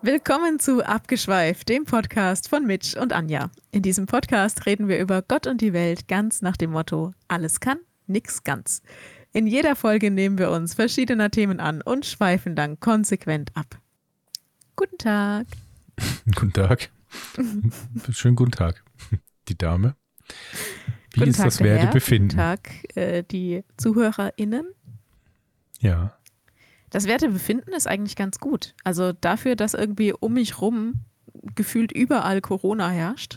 Willkommen zu Abgeschweift, dem Podcast von Mitch und Anja. In diesem Podcast reden wir über Gott und die Welt ganz nach dem Motto: alles kann, nix ganz. In jeder Folge nehmen wir uns verschiedener Themen an und schweifen dann konsequent ab. Guten Tag. Guten Tag. Schönen guten Tag, die Dame. Wie Guten ist Tag, das der Herr. Wertebefinden? Guten Tag, die ZuhörerInnen. Ja. Das Wertebefinden ist eigentlich ganz gut. Also dafür, dass irgendwie um mich rum gefühlt überall Corona herrscht.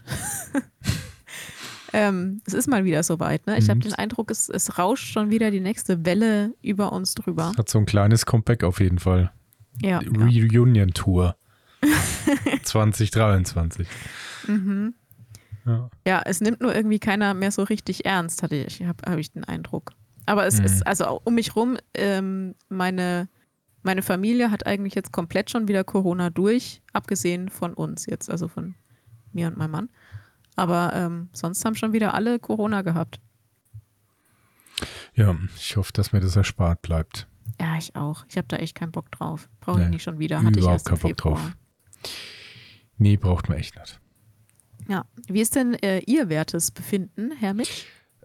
Es ist mal wieder soweit, ne? Ich habe den Eindruck, es rauscht schon wieder die nächste Welle über uns drüber. Hat so ein kleines Comeback auf jeden Fall. Ja. Reunion-Tour 2023. Mhm. Ja. Ja, es nimmt nur irgendwie keiner mehr so richtig ernst, habe ich den Eindruck. Aber es ist, also um mich rum, meine Familie hat eigentlich jetzt komplett schon wieder Corona durch, abgesehen von uns jetzt, also von mir und meinem Mann. Aber sonst haben schon wieder alle Corona gehabt. Ja, ich hoffe, dass mir das erspart bleibt. Ja, ich auch. Ich habe da echt keinen Bock drauf. Brauche ich nicht schon wieder. Hatte ich überhaupt erst im keinen Bock Februar. drauf. Nee, braucht man echt nicht. Ja. Wie ist denn Ihr Wertesbefinden, Herr Mitch?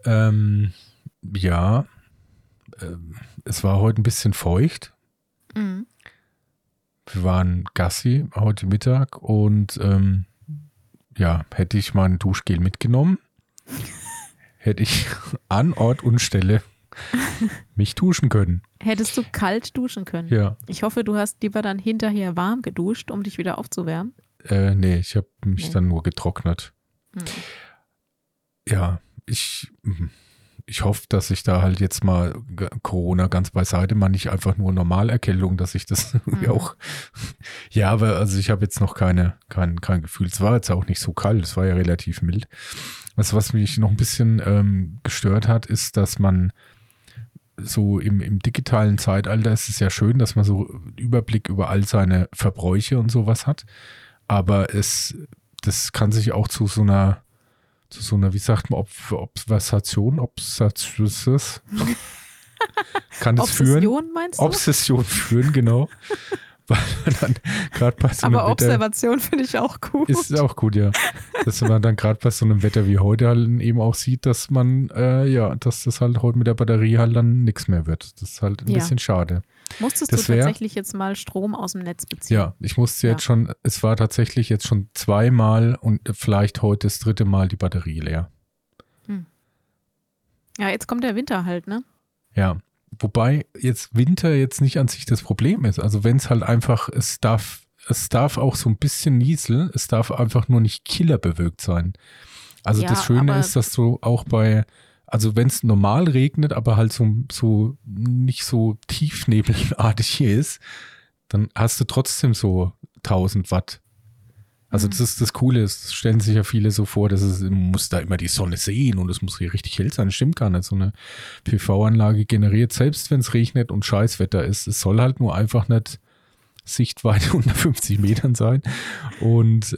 Ja, es war heute ein bisschen feucht. Mhm. Wir waren Gassi heute Mittag und hätte ich mal ein Duschgel mitgenommen, hätte ich an Ort und Stelle mich duschen können. Hättest du kalt duschen können? Ja. Ich hoffe, du hast lieber dann hinterher warm geduscht, um dich wieder aufzuwärmen. Nee, ich habe mich dann nur getrocknet. Mhm. Ja, ich hoffe, dass ich da halt jetzt mal Corona ganz beiseite, mal nicht einfach nur Normalerkältung, dass ich das irgendwie auch, ja, aber also ich habe jetzt noch kein Gefühl. Es war jetzt auch nicht so kalt, es war ja relativ mild. Was mich noch ein bisschen gestört hat, ist, dass man so im digitalen Zeitalter ist es ja schön, dass man so einen Überblick über all seine Verbräuche und sowas hat, aber das kann sich auch zu so einer, wie sagt man, Obsession kann das führen. Obsession meinst du? Obsession führen, genau. Weil man dann gerade bei so einem Aber Wetter, Observation finde ich auch gut. ist auch gut, ja. Dass man dann gerade bei so einem Wetter wie heute halt eben auch sieht, dass man, dass das halt heute mit der Batterie halt dann nichts mehr wird. Das ist halt ein bisschen schade. Musstest du tatsächlich jetzt mal Strom aus dem Netz beziehen? Ja, ich musste jetzt schon, es war tatsächlich jetzt schon 2-mal und vielleicht heute das 3. Mal die Batterie leer. Ja, jetzt kommt der Winter halt, ne? Ja, wobei jetzt Winter jetzt nicht an sich das Problem ist. Also wenn es halt einfach, es darf auch so ein bisschen nieseln, es darf einfach nur nicht killerbewölkt sein. Also das Schöne ist, dass du auch also wenn es normal regnet, aber halt so nicht so tiefnebelartig hier ist, dann hast du trotzdem so 1000 Watt. Also das ist das Coole, es stellen sich ja viele so vor, man muss da immer die Sonne sehen und es muss hier richtig hell sein. Das stimmt gar nicht. So eine PV-Anlage generiert, selbst wenn es regnet und Scheißwetter ist, es soll halt nur einfach nicht Sichtweite unter 50 Metern sein. Und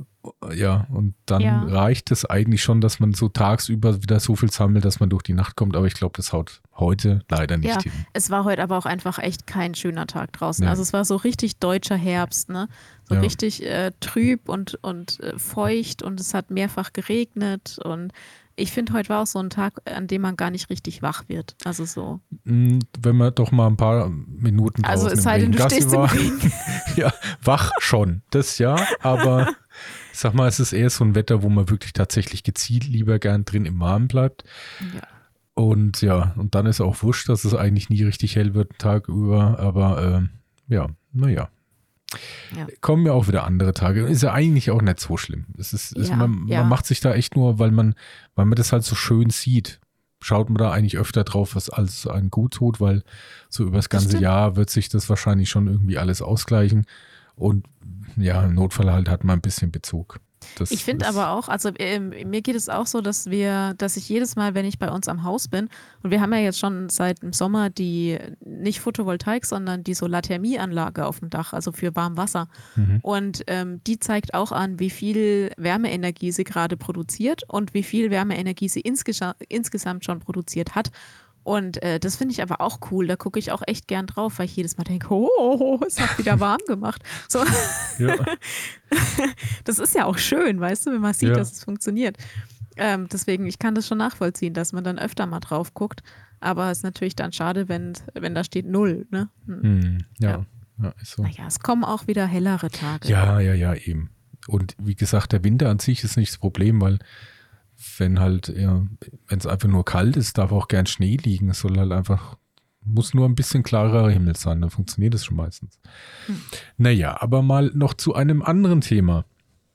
und dann reicht es eigentlich schon, dass man so tagsüber wieder so viel sammelt, dass man durch die Nacht kommt. Aber ich glaube, das haut heute leider nicht hin. Es war heute aber auch einfach echt kein schöner Tag draußen. Ja. Also es war so richtig deutscher Herbst, ne? So richtig trüb und feucht und es hat mehrfach geregnet und ich finde, heute war auch so ein Tag, an dem man gar nicht richtig wach wird. Also so. Wenn man doch mal ein paar Minuten draußen es sei denn, du stehst im Regen. Ja, wach schon, das ja, aber ich sag mal, es ist eher so ein Wetter, wo man wirklich tatsächlich gezielt lieber gern drin im Warmen bleibt. Ja. Und und dann ist auch wurscht, dass es eigentlich nie richtig hell wird, Tag über, aber naja. Ja. Kommen ja auch wieder andere Tage. Ist ja eigentlich auch nicht so schlimm. Man macht sich da echt nur, weil man das halt so schön sieht, schaut man da eigentlich öfter drauf, was alles einen gut tut, weil so über das ganze Jahr wird sich das wahrscheinlich schon irgendwie alles ausgleichen. Und ja, im Notfall halt hat man ein bisschen Bezug. Ich finde aber auch, also mir geht es auch so, dass ich jedes Mal, wenn ich bei uns am Haus bin, und wir haben ja jetzt schon seit dem Sommer die, nicht Photovoltaik, sondern die Solarthermieanlage auf dem Dach, also für Warmwasser. Und die zeigt auch an, wie viel Wärmeenergie sie gerade produziert und wie viel Wärmeenergie sie insgesamt schon produziert hat. Und das finde ich aber auch cool. Da gucke ich auch echt gern drauf, weil ich jedes Mal denke, oh, es hat wieder warm gemacht. So. Ja. Das ist ja auch schön, weißt du, wenn man sieht, Ja. dass es funktioniert. Deswegen, ich kann das schon nachvollziehen, dass man dann öfter mal drauf guckt. Aber es ist natürlich dann schade, wenn da steht 0. Ne? Ja, ist so. Naja, es kommen auch wieder hellere Tage. Ja, eben. Und wie gesagt, der Winter an sich ist nicht das Problem, weil wenn es einfach nur kalt ist, darf auch gern Schnee liegen. Es soll halt einfach, muss nur ein bisschen klarerer Himmel sein, dann funktioniert es schon meistens. Naja, aber mal noch zu einem anderen Thema.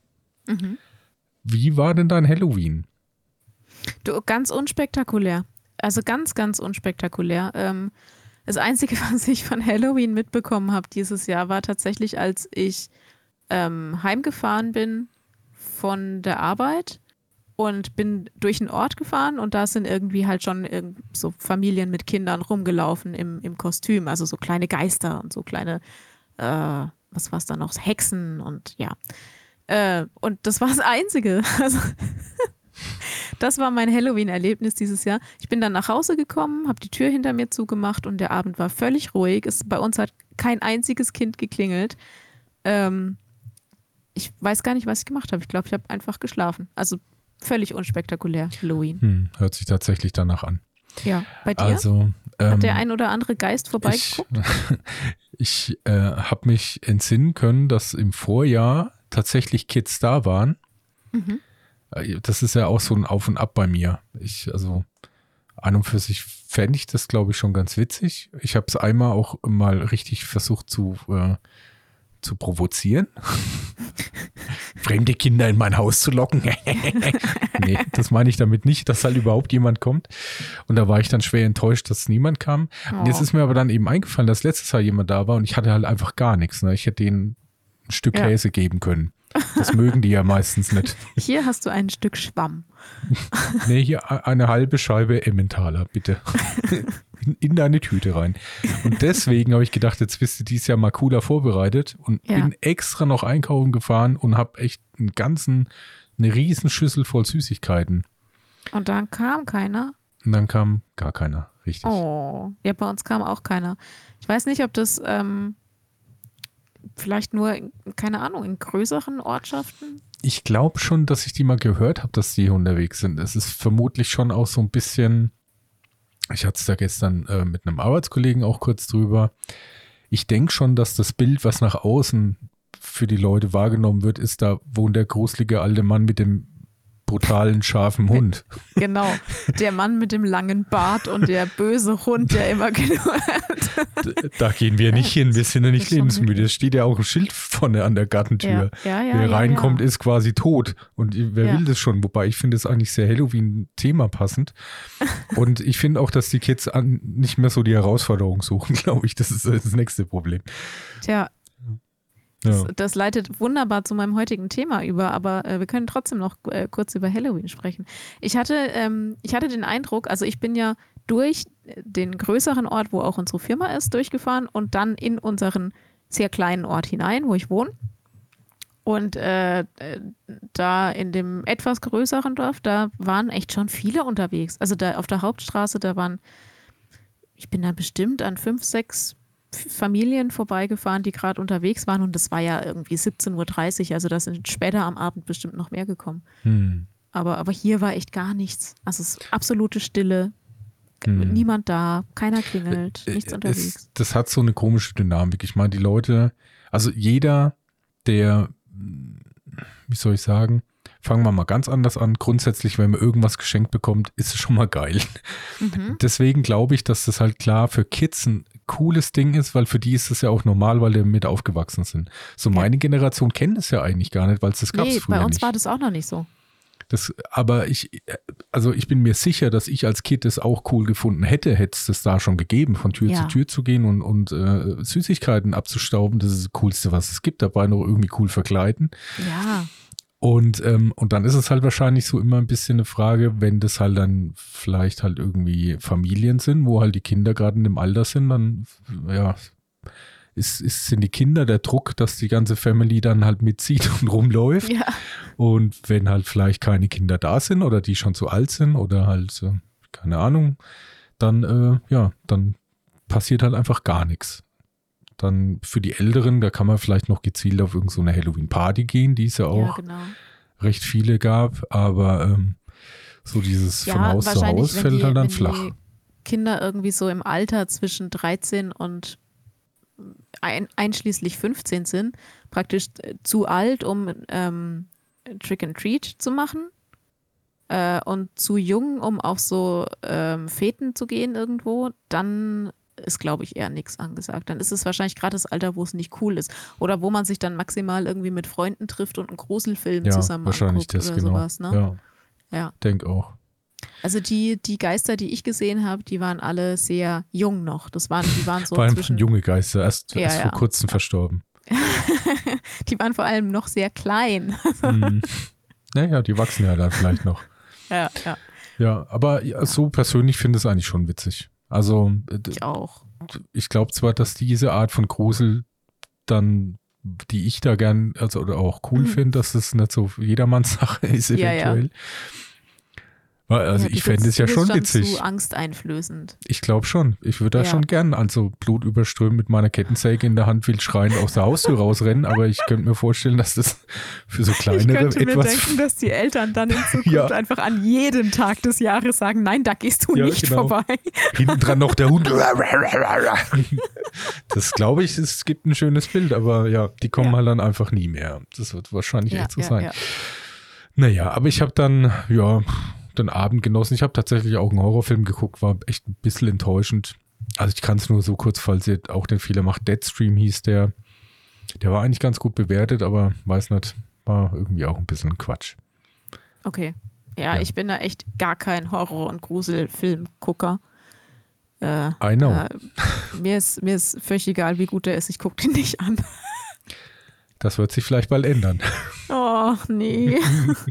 Wie war denn dein Halloween? Du, ganz unspektakulär. Also ganz, ganz unspektakulär. Das Einzige, was ich von Halloween mitbekommen habe dieses Jahr, war tatsächlich, als ich heimgefahren bin von der Arbeit und bin durch einen Ort gefahren und da sind irgendwie halt schon so Familien mit Kindern rumgelaufen im Kostüm, also so kleine Geister und so kleine, was war es da noch, Hexen und ja. Und das war das Einzige. Also das war mein Halloween-Erlebnis dieses Jahr. Ich bin dann nach Hause gekommen, habe die Tür hinter mir zugemacht und der Abend war völlig ruhig. Bei uns hat kein einziges Kind geklingelt. Ich weiß gar nicht, was ich gemacht habe. Ich glaube, ich habe einfach geschlafen. Also völlig unspektakulär, Halloween. Hört sich tatsächlich danach an. Ja, bei dir? Also, hat der ein oder andere Geist vorbeigeguckt? Ich habe mich entsinnen können, dass im Vorjahr tatsächlich Kids da waren. Das ist ja auch so ein Auf und Ab bei mir. An und für sich fände ich das, glaube ich, schon ganz witzig. Ich habe es einmal auch mal richtig versucht zu provozieren. Fremde Kinder in mein Haus zu locken. Nee, das meine ich damit nicht, dass halt überhaupt jemand kommt. Und da war ich dann schwer enttäuscht, dass niemand kam. Und jetzt ist mir aber dann eben eingefallen, dass letztes Jahr jemand da war und ich hatte halt einfach gar nichts. Ne? Ich hätte denen ein Stück Käse geben können. Das mögen die ja meistens nicht. Hier hast du ein Stück Schwamm. Nee, hier eine halbe Scheibe Emmentaler, bitte. In deine Tüte rein. Und deswegen habe ich gedacht, jetzt bist du dieses Jahr mal cooler vorbereitet und bin extra noch einkaufen gefahren und habe echt eine riesen Schüssel voll Süßigkeiten. Und dann kam keiner? Und dann kam gar keiner, richtig. Oh, ja, bei uns kam auch keiner. Ich weiß nicht, ob das vielleicht nur, keine Ahnung, in größeren Ortschaften? Ich glaube schon, dass ich die mal gehört habe, dass die hier unterwegs sind. Es ist vermutlich schon auch so ein bisschen, ich hatte es da gestern mit einem Arbeitskollegen auch kurz drüber. Ich denke schon, dass das Bild, was nach außen für die Leute wahrgenommen wird, ist, da wohnt der gruselige alte Mann mit dem brutalen, scharfen Hund. Genau, der Mann mit dem langen Bart und der böse Hund, der immer knurrt. Da gehen wir nicht hin, wir sind ja nicht lebensmüde. Es steht ja auch ein Schild vorne an der Gartentür. Wer reinkommt, ist quasi tot. Und wer will das schon? Wobei ich finde es eigentlich sehr Halloween-Thema passend. Und ich finde auch, dass die Kids nicht mehr so die Herausforderung suchen, glaube ich. Das ist das nächste Problem. Tja. Das leitet wunderbar zu meinem heutigen Thema über, aber wir können trotzdem noch kurz über Halloween sprechen. Ich hatte den Eindruck, also ich bin ja durch den größeren Ort, wo auch unsere Firma ist, durchgefahren und dann in unseren sehr kleinen Ort hinein, wo ich wohne. Und da in dem etwas größeren Dorf, da waren echt schon viele unterwegs. Also da auf der Hauptstraße, ich bin da bestimmt an 5, 6 Familien vorbeigefahren, die gerade unterwegs waren und das war ja irgendwie 17:30 Uhr, also da sind später am Abend bestimmt noch mehr gekommen. Aber hier war echt gar nichts. Also es ist absolute Stille, niemand da, keiner klingelt, nichts unterwegs. Das hat so eine komische Dynamik. Ich meine, die Leute, also jeder, der, wie soll ich sagen, fangen wir mal ganz anders an. Grundsätzlich, wenn man irgendwas geschenkt bekommt, ist es schon mal geil. Deswegen glaube ich, dass das halt klar für Kids ein cooles Ding ist, weil für die ist das ja auch normal, weil die mit aufgewachsen sind. So meine Generation kennt es ja eigentlich gar nicht, weil es das gab es früher nicht. Bei uns war das auch noch nicht so. Aber ich bin mir sicher, dass ich als Kind das auch cool gefunden hätte es das da schon gegeben, von Tür zu Tür zu gehen und Süßigkeiten abzustauben. Das ist das Coolste, was es gibt. Dabei noch irgendwie cool verkleiden. Ja. Und dann ist es halt wahrscheinlich so immer ein bisschen eine Frage, wenn das halt dann vielleicht halt irgendwie Familien sind, wo halt die Kinder gerade in dem Alter sind, dann sind die Kinder der Druck, dass die ganze Family dann halt mitzieht und rumläuft. Ja. Und wenn halt vielleicht keine Kinder da sind oder die schon zu alt sind oder halt, keine Ahnung, dann passiert halt einfach gar nichts. Dann für die Älteren, da kann man vielleicht noch gezielt auf irgend so eine Halloween-Party gehen, die es ja auch recht viele gab, aber so dieses von Haus zu Haus fällt halt dann flach. Die Kinder irgendwie so im Alter zwischen 13 und einschließlich 15 sind, praktisch zu alt, um Trick and Treat zu machen und zu jung, um auf so Feten zu gehen irgendwo, dann ist, glaube ich, eher nichts angesagt. Dann ist es wahrscheinlich gerade das Alter, wo es nicht cool ist. Oder wo man sich dann maximal irgendwie mit Freunden trifft und einen Gruselfilm zusammen wahrscheinlich anguckt das, oder genau. sowas. Ne? Ja, denk auch. Also die Geister, die ich gesehen habe, die waren alle sehr jung noch. Die waren so vor allem zwischen junge Geister, erst vor kurzem verstorben. Die waren vor allem noch sehr klein. Naja, die wachsen ja dann vielleicht noch. Ja. Ja, aber so persönlich finde ich es eigentlich schon witzig. Also ich auch. Ich glaube zwar, dass diese Art von Grusel dann, die ich da gern, also oder auch cool finde, dass das nicht so jedermanns Sache ist eventuell. Ja. Also ich fände es ja schon witzig. Zu angsteinflößend. Ich glaube schon. Ich würde da schon gern an so blutüberströmt mit meiner Kettensäge in der Hand wild schreiend aus der Haustür rausrennen, aber ich könnte mir vorstellen, dass das für so kleinere etwas... Ich könnte mir denken, dass die Eltern dann in Zukunft einfach an jedem Tag des Jahres sagen, nein, da gehst du nicht vorbei. Hinten dran noch der Hund. Das glaube ich, es gibt ein schönes Bild, aber ja, die kommen halt dann einfach nie mehr. Das wird wahrscheinlich echt so sein. Ja. Naja, aber ich habe dann, den Abend genossen. Ich habe tatsächlich auch einen Horrorfilm geguckt, war echt ein bisschen enttäuschend. Also ich kann es nur so kurz, falls ihr auch den Fehler macht, Deadstream hieß der. Der war eigentlich ganz gut bewertet, aber weiß nicht, war irgendwie auch ein bisschen Quatsch. Okay. Ja, ich bin da echt gar kein Horror- und Gruselfilmgucker. I know. Mir ist völlig egal, wie gut der ist. Ich gucke den nicht an. Das wird sich vielleicht bald ändern. Oh, nee.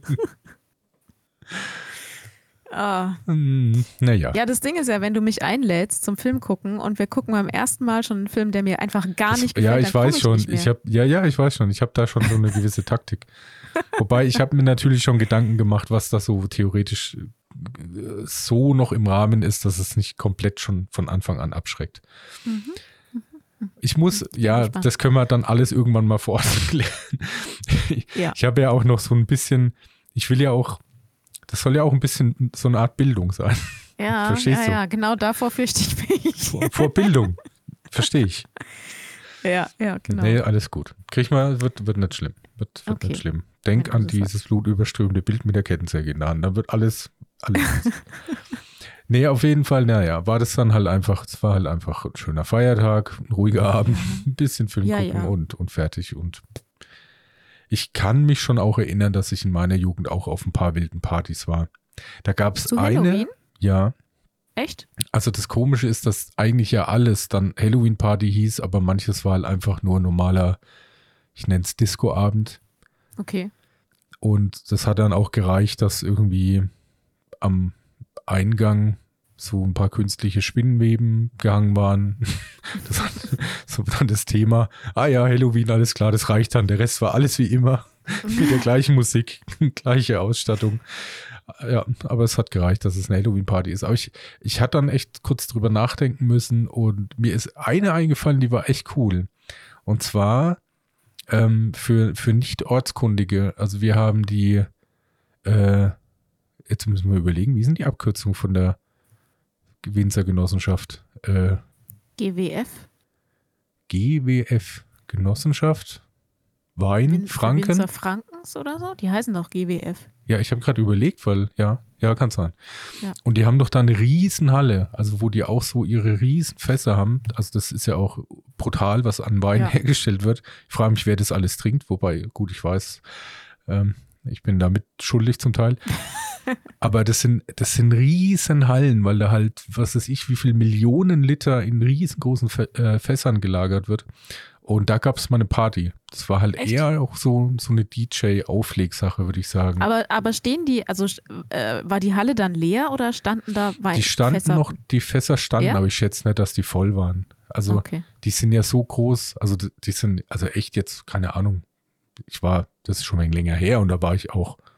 Naja. Ja, das Ding ist ja, wenn du mich einlädst zum Film gucken und wir gucken beim ersten Mal schon einen Film, der mir einfach gar nicht gefällt, ich weiß schon. Ich weiß schon. Ich habe da schon so eine gewisse Taktik. Wobei, ich habe mir natürlich schon Gedanken gemacht, was das so theoretisch so noch im Rahmen ist, dass es nicht komplett schon von Anfang an abschreckt. Ich muss, das können wir dann alles irgendwann mal vor Ort klären. Ich habe ja auch noch so ein bisschen, ich will ja auch, das soll ja auch ein bisschen so eine Art Bildung sein. Ja, Verstehst du? Ja, genau davor fürchte ich mich. Vor Bildung. Verstehe ich. Ja, genau. Nee, alles gut. Krieg mal, wird nicht schlimm. Wird nicht schlimm. Denk an dieses blutüberströmende Bild mit der Kettensäge in der Hand. Dann wird alles. Nee, auf jeden Fall, war das dann halt einfach, es war halt einfach ein schöner Feiertag, ein ruhiger Abend, ein bisschen Film gucken und fertig. Und ich kann mich schon auch erinnern, dass ich in meiner Jugend auch auf ein paar wilden Partys war. Da gab es eine. Halloween? Ja. Echt? Also das Komische ist, dass eigentlich ja alles dann Halloween-Party hieß, aber manches war halt einfach nur normaler, ich nenne es Disco-Abend. Okay. Und das hat dann auch gereicht, dass irgendwie am Eingang so ein paar künstliche Spinnenweben gehangen waren. Das hat so dann das Thema. Halloween, alles klar, das reicht dann. Der Rest war alles wie immer. Mit der gleichen Musik, gleiche Ausstattung. Ja, aber es hat gereicht, dass es eine Halloween-Party ist. Aber ich hatte dann echt kurz drüber nachdenken müssen und mir ist eine eingefallen, die war echt cool. Und zwar für Nicht-Ortskundige. Also wir haben die jetzt müssen wir überlegen, wie sind die Abkürzungen von der Winzergenossenschaft? GWF? GWF, Genossenschaft? Wein, Franken? Winzer Frankens oder so? Die heißen doch GWF. Ja, ich habe gerade überlegt, weil, ja, kann sein. Ja. Und die haben doch da eine Riesenhalle, also wo die auch so ihre Riesenfässer haben. Also das ist ja auch brutal, was an Wein hergestellt wird. Ich frage mich, wer das alles trinkt, wobei, gut, ich weiß, ich bin damit schuldig zum Teil. Aber das sind riesen Hallen, weil da halt, was weiß ich, wie viel Millionen Liter in riesengroßen Fässern gelagert wird. Und da gab es mal eine Party. Das war halt eher auch so eine DJ-Auflegsache, würde ich sagen. Aber stehen die, also war die Halle dann leer oder standen da Wein? Die Fässer standen, aber ich schätze nicht, dass die voll waren. Also die sind ja so groß, also die sind, also echt jetzt, keine Ahnung. Das ist schon ein länger her und da war ich auch,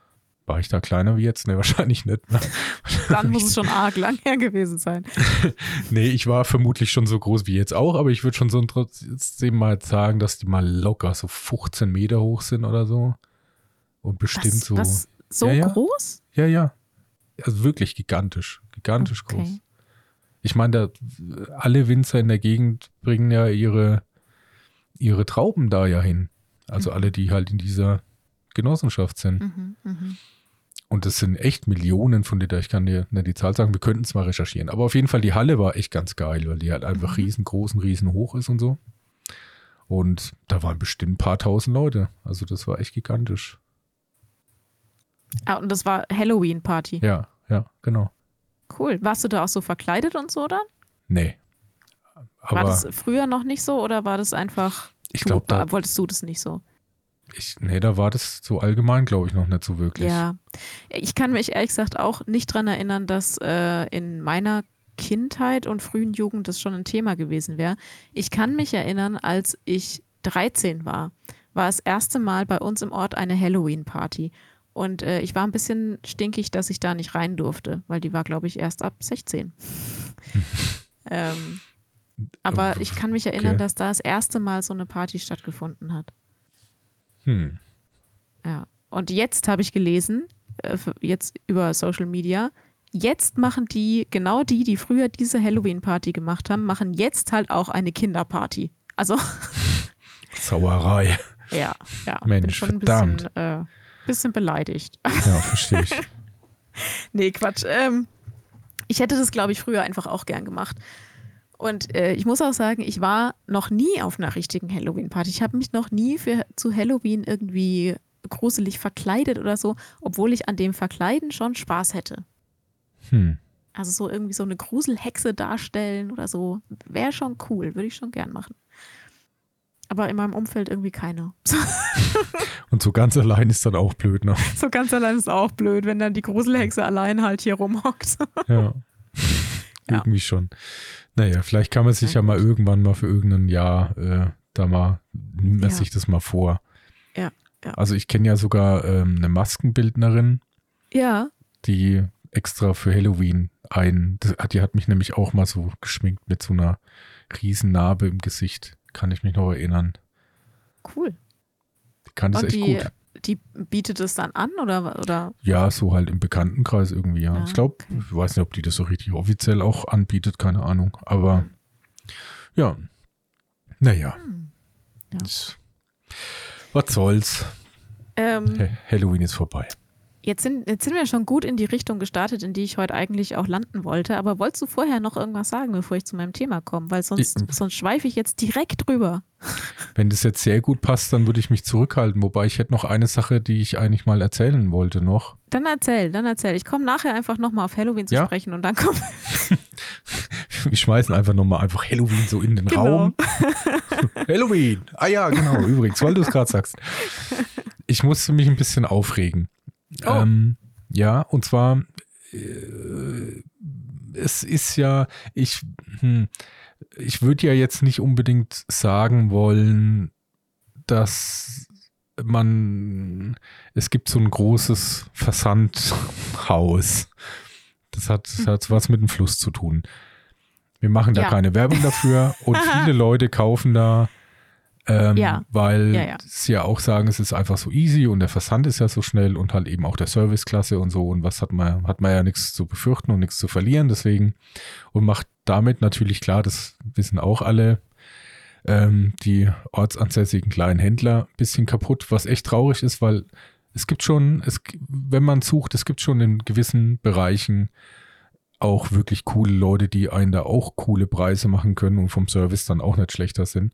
War ich da kleiner wie jetzt? Ne, wahrscheinlich nicht. Ne? Dann muss es schon arg lang her gewesen sein. Nee, ich war vermutlich schon so groß wie jetzt auch, aber ich würde schon so trotzdem mal sagen, dass die mal locker so 15 Meter hoch sind oder so. Und bestimmt so. Das so ja, groß? Ja, ja. Also wirklich gigantisch. Gigantisch groß. Ich meine, alle Winzer in der Gegend bringen ja ihre Trauben da ja hin. Also alle, die halt in dieser Genossenschaft sind. Und das sind echt Millionen von Liter. Ich kann dir nicht die Zahl sagen, wir könnten es mal recherchieren. Aber auf jeden Fall, die Halle war echt ganz geil, weil die halt einfach riesengroß und riesenhoch ist und so. Und da waren bestimmt ein paar tausend Leute. Also das war echt gigantisch. Ah, und das war Halloween-Party? Ja, genau. Cool. Warst du da auch so verkleidet und so dann? Nee. Aber war das früher noch nicht so oder war das einfach, ich glaube, wolltest du das nicht so? Da war das so allgemein, glaube ich, noch nicht so wirklich. Ja, ich kann mich ehrlich gesagt auch nicht dran erinnern, dass in meiner Kindheit und frühen Jugend das schon ein Thema gewesen wäre. Ich kann mich erinnern, als ich 13 war das erste Mal bei uns im Ort eine Halloween-Party. Und ich war ein bisschen stinkig, dass ich da nicht rein durfte, weil die war, glaube ich, erst ab 16. Aber ich kann mich erinnern, dass da das erste Mal so eine Party stattgefunden hat. Ja. Und jetzt habe ich gelesen, jetzt über Social Media, jetzt machen die früher diese Halloween-Party gemacht haben, machen jetzt halt auch eine Kinderparty. Also Sauerei. Ja. Mensch, bin schon verdammt. ein bisschen beleidigt. Ja, verstehe ich. Nee, Quatsch. Ich hätte das, glaube ich, früher einfach auch gern gemacht. Und ich muss auch sagen, ich war noch nie auf einer richtigen Halloween-Party. Ich habe mich noch nie zu Halloween irgendwie gruselig verkleidet oder so, obwohl ich an dem Verkleiden schon Spaß hätte. Also so irgendwie so eine Gruselhexe darstellen oder so, wäre schon cool, würde ich schon gern machen. Aber in meinem Umfeld irgendwie keine. Und so ganz allein ist dann auch blöd, ne? So ganz allein ist auch blöd, wenn dann die Gruselhexe allein halt hier rumhockt. Ja. Irgendwie schon. Naja, vielleicht kann man sich ja mal irgendwann mal für irgendein Jahr nimmt man sich das mal vor. Ja. Also ich kenne ja sogar eine Maskenbildnerin, die extra für Halloween die hat mich nämlich auch mal so geschminkt mit so einer riesen Narbe im Gesicht. Kann ich mich noch erinnern. Cool. Die kann das echt gut. Die bietet es dann an oder? Ja, so halt im Bekanntenkreis irgendwie, ja. Ich glaube, ich weiß nicht, ob die das so richtig offiziell auch anbietet, keine Ahnung. Aber ja, naja. Was soll's? Halloween ist vorbei. Jetzt sind wir schon gut in die Richtung gestartet, in die ich heute eigentlich auch landen wollte. Aber wolltest du vorher noch irgendwas sagen, bevor ich zu meinem Thema komme? Weil sonst schweife ich jetzt direkt drüber. Wenn das jetzt sehr gut passt, dann würde ich mich zurückhalten. Wobei ich hätte noch eine Sache, die ich eigentlich mal erzählen wollte noch. Dann erzähl. Ich komme nachher einfach nochmal auf Halloween zu sprechen und dann kommen. Wir schmeißen einfach nochmal Halloween so in den Raum. Halloween! Ah ja, genau, übrigens, weil du es gerade sagst. Ich musste mich ein bisschen aufregen. Oh. Ja, und zwar es ist ja, ich würde ja jetzt nicht unbedingt sagen wollen, dass es gibt so ein großes Versandhaus. Das hat was mit dem Fluss zu tun. Wir machen da keine Werbung dafür und viele Leute kaufen da, weil sie ja auch sagen, es ist einfach so easy und der Versand ist ja so schnell und halt eben auch der Serviceklasse und so und was hat man ja nichts zu befürchten und nichts zu verlieren, deswegen und macht damit natürlich klar, das wissen auch alle, die ortsansässigen kleinen Händler ein bisschen kaputt, was echt traurig ist, weil es gibt schon, wenn man sucht, es gibt schon in gewissen Bereichen auch wirklich coole Leute, die einen da auch coole Preise machen können und vom Service dann auch nicht schlechter sind.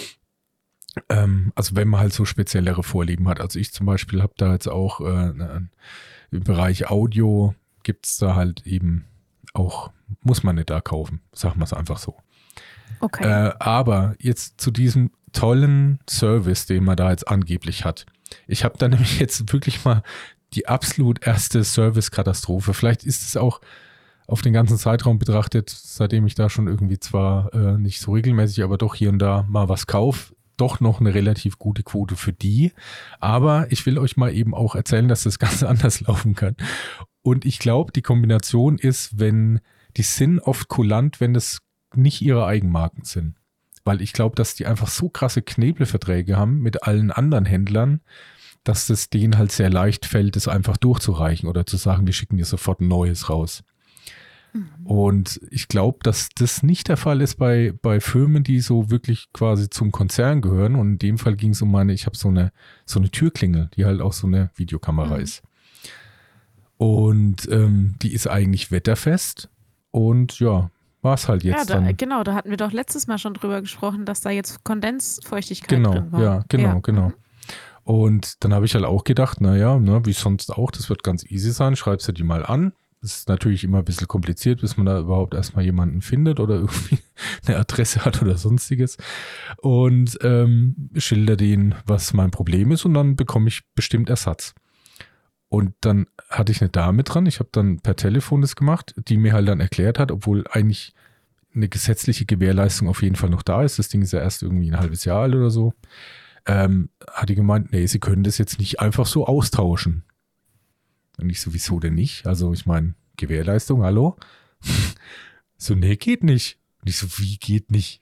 Also wenn man halt so speziellere Vorlieben hat. Also ich zum Beispiel habe da jetzt auch im Bereich Audio gibt es da halt eben auch, muss man nicht da kaufen, sagen wir es einfach so. Okay. Aber jetzt zu diesem tollen Service, den man da jetzt angeblich hat. Ich habe da nämlich jetzt wirklich mal die absolut erste Service-Katastrophe. Vielleicht ist es auch auf den ganzen Zeitraum betrachtet, seitdem ich da schon irgendwie zwar nicht so regelmäßig, aber doch hier und da mal was kaufe, doch noch eine relativ gute Quote für die. Aber ich will euch mal eben auch erzählen, dass das ganz anders laufen kann. Und ich glaube, die Kombination ist, die sind oft kulant, wenn es nicht ihre Eigenmarken sind. Weil ich glaube, dass die einfach so krasse Knebelverträge haben mit allen anderen Händlern, dass es denen halt sehr leicht fällt, es einfach durchzureichen oder zu sagen, wir schicken dir sofort ein neues raus. Und ich glaube, dass das nicht der Fall ist bei Firmen, die so wirklich quasi zum Konzern gehören. Und in dem Fall ging es um ich habe so eine Türklingel, die halt auch so eine Videokamera ist. Und die ist eigentlich wetterfest. Und ja, war es halt jetzt dann. Genau, da hatten wir doch letztes Mal schon drüber gesprochen, dass da jetzt Kondensfeuchtigkeit drin war. Ja, genau. Und dann habe ich halt auch gedacht, naja, wie sonst auch, das wird ganz easy sein, schreibst du die mal an. Das ist natürlich immer ein bisschen kompliziert, bis man da überhaupt erstmal jemanden findet oder irgendwie eine Adresse hat oder sonstiges. Und schilder denen, was mein Problem ist, und dann bekomme ich bestimmt Ersatz. Und dann hatte ich eine Dame dran, ich habe dann per Telefon das gemacht, die mir halt dann erklärt hat, obwohl eigentlich eine gesetzliche Gewährleistung auf jeden Fall noch da ist, das Ding ist ja erst irgendwie ein halbes Jahr alt oder so, hat die gemeint, nee, sie können das jetzt nicht einfach so austauschen. Und ich so, wieso denn nicht? Also ich meine, Gewährleistung, hallo? So, nee, geht nicht. Und ich so, wie geht nicht?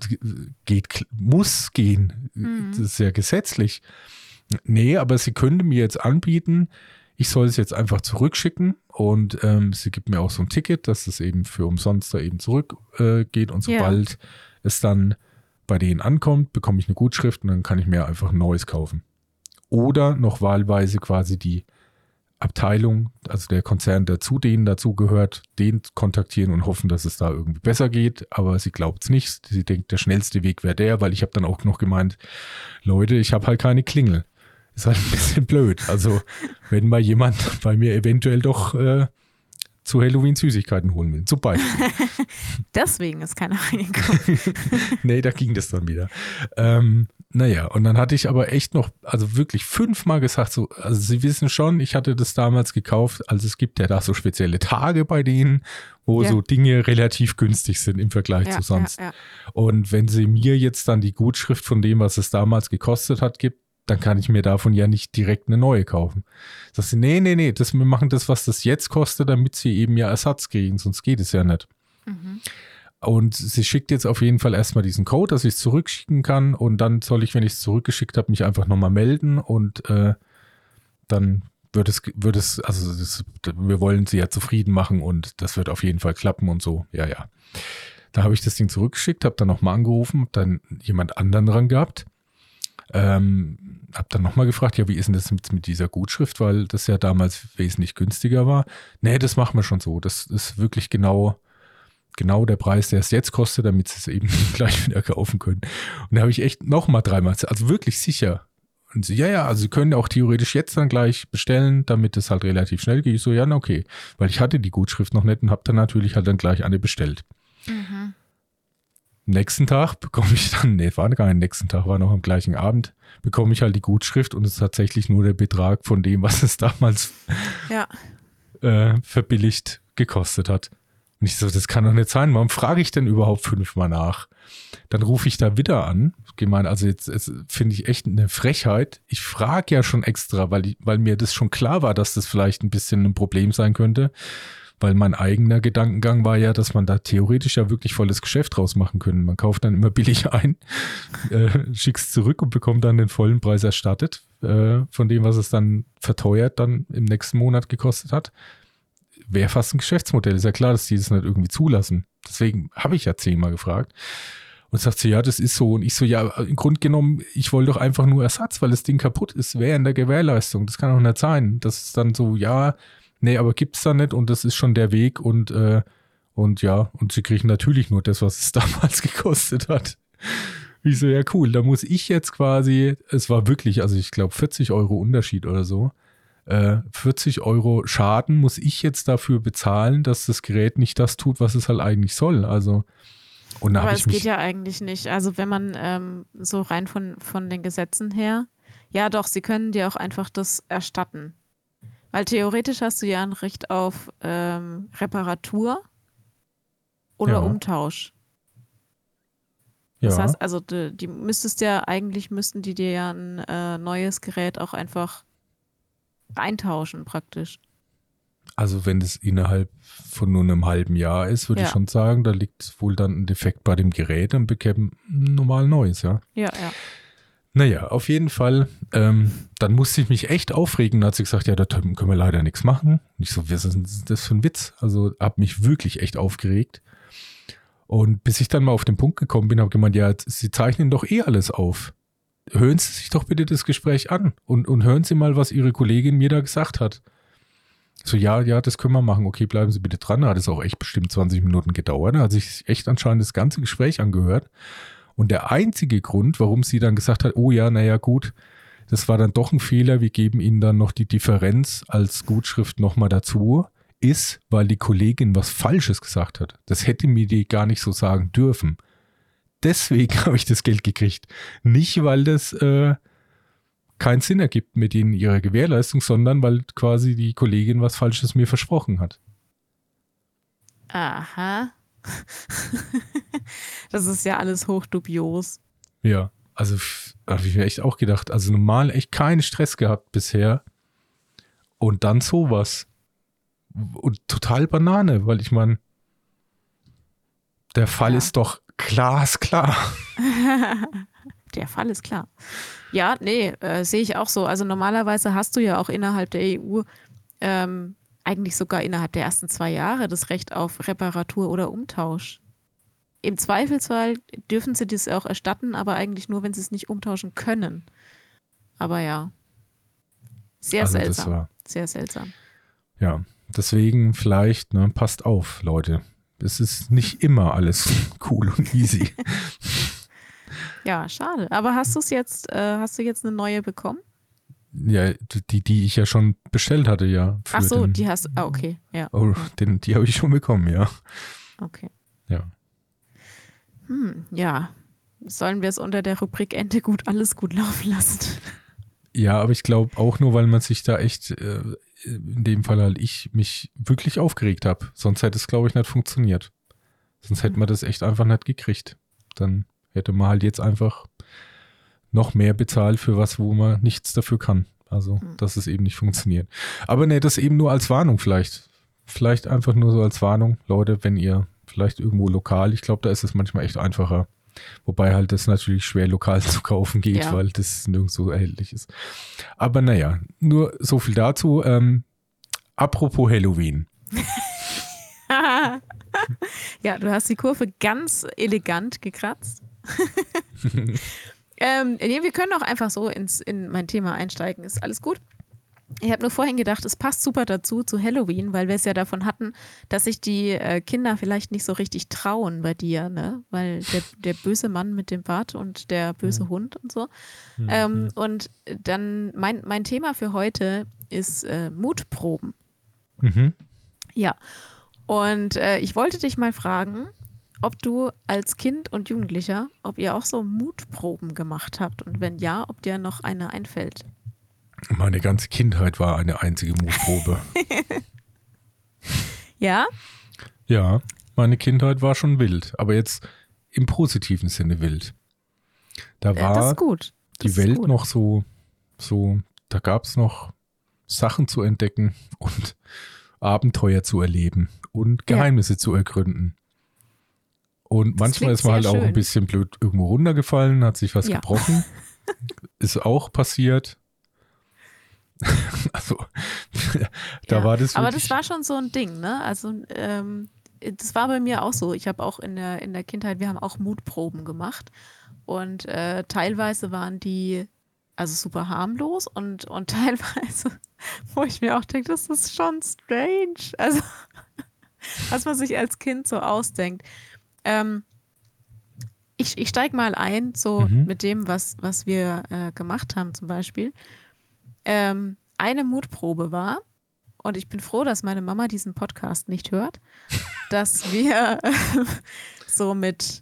Muss gehen. Das ist ja gesetzlich. Nee, aber sie könnte mir jetzt anbieten, ich soll es jetzt einfach zurückschicken, und sie gibt mir auch so ein Ticket, dass es eben für umsonst da eben zurückgeht, und sobald es dann bei denen ankommt, bekomme ich eine Gutschrift und dann kann ich mir einfach ein neues kaufen. Oder noch wahlweise quasi die Abteilung, also der Konzern, der zu denen dazu gehört, den kontaktieren und hoffen, dass es da irgendwie besser geht, aber sie glaubt es nicht. Sie denkt, der schnellste Weg wäre der, weil ich habe dann auch noch gemeint, Leute, ich habe halt keine Klingel. Ist halt ein bisschen blöd. Also wenn mal jemand bei mir eventuell doch zu Halloween Süßigkeiten holen will, zum Beispiel. Deswegen ist keiner reingekommen. Nee, da ging das dann wieder. Naja, und dann hatte ich aber echt noch, also wirklich 5-mal gesagt, so, also Sie wissen schon, ich hatte das damals gekauft, also es gibt ja da so spezielle Tage bei denen, wo so Dinge relativ günstig sind im Vergleich zu sonst. Ja. Und wenn Sie mir jetzt dann die Gutschrift von dem, was es damals gekostet hat, gibt, dann kann ich mir davon ja nicht direkt eine neue kaufen. Sagst du, nee, wir machen das, was das jetzt kostet, damit Sie eben ja Ersatz kriegen, sonst geht es ja nicht. Und sie schickt jetzt auf jeden Fall erstmal diesen Code, dass ich es zurückschicken kann, und dann soll ich, wenn ich es zurückgeschickt habe, mich einfach nochmal melden, und dann wird es, wir wollen sie ja zufrieden machen und das wird auf jeden Fall klappen und so, ja. Da habe ich das Ding zurückgeschickt, habe dann nochmal angerufen, habe dann jemand anderen dran gehabt, habe dann nochmal gefragt, ja, wie ist denn das mit dieser Gutschrift, weil das ja damals wesentlich günstiger war. Nee, das machen wir schon so, das ist wirklich genau der Preis, der es jetzt kostet, damit sie es eben gleich wieder kaufen können. Und da habe ich echt nochmal 3-mal, also wirklich sicher. Und sie, also sie können auch theoretisch jetzt dann gleich bestellen, damit es halt relativ schnell geht. Ich so, ja, okay. Weil ich hatte die Gutschrift noch nicht und habe dann natürlich halt dann gleich eine bestellt. Nächsten Tag bekomme ich dann, war gar nicht nächsten Tag, war noch am gleichen Abend, bekomme ich halt die Gutschrift und es ist tatsächlich nur der Betrag von dem, was es damals verbilligt gekostet hat. Und ich so, das kann doch nicht sein. Warum frage ich denn überhaupt 5-mal nach? Dann rufe ich da wieder an. Gemeint, also jetzt finde ich echt eine Frechheit. Ich frage ja schon extra, weil mir das schon klar war, dass das vielleicht ein bisschen ein Problem sein könnte. Weil mein eigener Gedankengang war ja, dass man da theoretisch ja wirklich volles Geschäft draus machen könnte. Man kauft dann immer billig ein, schickt es zurück und bekommt dann den vollen Preis erstattet von dem, was es dann verteuert dann im nächsten Monat gekostet hat. Wäre fast ein Geschäftsmodell. Ist ja klar, dass die das nicht irgendwie zulassen. Deswegen habe ich ja 10-mal gefragt. Und sagt sie, ja, das ist so. Und ich so, ja, im Grunde genommen, ich wollte doch einfach nur Ersatz, weil das Ding kaputt ist während der Gewährleistung. Das kann doch nicht sein. Das ist dann so, ja, nee, aber gibt's da nicht und das ist schon der Weg und sie kriegen natürlich nur das, was es damals gekostet hat. Ich so, ja, cool. Da muss ich jetzt quasi, es war wirklich, also ich glaube 40 € Unterschied oder so. 40 € Schaden muss ich jetzt dafür bezahlen, dass das Gerät nicht das tut, was es halt eigentlich soll. Also, und da aber es geht ja eigentlich nicht. Also wenn man so rein von den Gesetzen her, ja doch, sie können dir auch einfach das erstatten. Weil theoretisch hast du ja ein Recht auf Reparatur oder Umtausch. Das Ja, heißt, also die müssten die dir ja ein neues Gerät auch einfach eintauschen praktisch. also wenn das innerhalb von nur einem halben Jahr ist, würde ich Ja, schon sagen, da liegt wohl dann ein Defekt bei dem Gerät und bekämen ein normal neues, ja. ja, ja. Naja, auf jeden Fall, dann musste ich mich echt aufregen. Da hat sie gesagt, ja, da können wir leider nichts machen. Und ich so, was ist denn das für ein Witz? Also habe mich wirklich echt aufgeregt. Und bis ich dann mal auf den Punkt gekommen bin, habe gemeint, ja, Sie zeichnen doch eh alles auf. Hören Sie sich doch bitte das Gespräch an und hören Sie mal, was Ihre Kollegin mir da gesagt hat. So, ja, das können wir machen. Okay, bleiben Sie bitte dran. Da hat es auch echt bestimmt 20 Minuten gedauert. Da hat sich echt anscheinend das ganze Gespräch angehört. Und der einzige Grund, warum sie dann gesagt hat, oh ja, naja gut, das war dann doch ein Fehler, wir geben Ihnen dann noch die Differenz als Gutschrift nochmal dazu, ist, weil die Kollegin was Falsches gesagt hat. Das hätte mir die gar nicht so sagen dürfen. Deswegen habe ich das Geld gekriegt. Nicht, weil das keinen Sinn ergibt mit ihnen ihrer Gewährleistung, sondern weil quasi die Kollegin was Falsches mir versprochen hat. Aha. Das ist ja alles hochdubios. Ja, also habe ich mir echt auch gedacht, also normal echt keinen Stress gehabt bisher und dann sowas. Und total Banane, weil ich meine, der Fall Ja. ist doch glasklar. Der Fall ist klar. Ja, nee, sehe ich auch so. Also normalerweise hast du ja auch innerhalb der EU eigentlich sogar innerhalb der ersten 2 Jahre das Recht auf Reparatur oder Umtausch. Im Zweifelsfall dürfen sie das auch erstatten, aber eigentlich nur, wenn sie es nicht umtauschen können. Aber ja, sehr Also das seltsam. war, Sehr seltsam. ja, deswegen vielleicht, ne, passt auf, Leute. Es ist nicht immer alles cool und easy. Ja, schade. Aber hast du jetzt eine neue bekommen? Ja, die ich ja schon bestellt hatte, ja. Ach so, den, okay. Ja, oh, die habe ich schon bekommen, ja. okay. Ja. Ja. Sollen wir es unter der Rubrik Ende gut, alles gut laufen lassen? Ja, aber ich glaube auch nur, weil man sich da echt, in dem Fall halt ich, mich wirklich aufgeregt habe. Sonst hätte es, glaube ich, nicht funktioniert. Sonst hätte man das echt einfach nicht gekriegt. Dann hätte man halt jetzt einfach noch mehr bezahlt für was, wo man nichts dafür kann. Also, dass es eben nicht funktioniert. Aber ne, das eben nur als Warnung vielleicht. Vielleicht einfach nur so als Warnung. Leute, wenn ihr vielleicht irgendwo lokal, ich glaube, da ist es manchmal echt einfacher. Wobei halt das natürlich schwer lokal zu kaufen geht, Ja. weil das nirgendwo erhältlich ist. Aber naja, nur so viel dazu. Apropos Halloween. Ja, du hast die Kurve ganz elegant gekratzt. Nee, wir können auch einfach so in mein Thema einsteigen. Ist alles gut. Ich habe nur vorhin gedacht, es passt super dazu, zu Halloween, weil wir es ja davon hatten, dass sich die Kinder vielleicht nicht so richtig trauen bei dir, ne? Weil der böse Mann mit dem Bart und der böse Hund und so. Und dann mein Thema für heute ist Mutproben. Mhm. Ja. Und ich wollte dich mal fragen, ob du als Kind und Jugendlicher, ob ihr auch so Mutproben gemacht habt und wenn ja, ob dir noch eine einfällt. Meine ganze Kindheit war eine einzige Mutprobe. Ja? Ja, meine Kindheit war schon wild, aber jetzt im positiven Sinne wild. Da Das war ist gut. Das die ist Welt gut. noch so, da gab es noch Sachen zu entdecken und Abenteuer zu erleben und Geheimnisse zu ergründen. Und manchmal klingt ist man halt sehr auch ein schön. bisschen blöd irgendwo runtergefallen, hat sich was Ja. gebrochen. Ist auch passiert. Also, da Ja. war das Aber wirklich. das war schon so ein Ding, ne? Also, das war bei mir auch so. Ich habe auch in der Kindheit, wir haben auch Mutproben gemacht. Und teilweise waren die also super harmlos und teilweise, wo ich mir auch denke, das ist schon strange. Also, was man sich als Kind so ausdenkt. Ich steige mal ein, so mit dem, was wir gemacht haben zum Beispiel. Eine Mutprobe war, und ich bin froh, dass meine Mama diesen Podcast nicht hört, dass wir so mit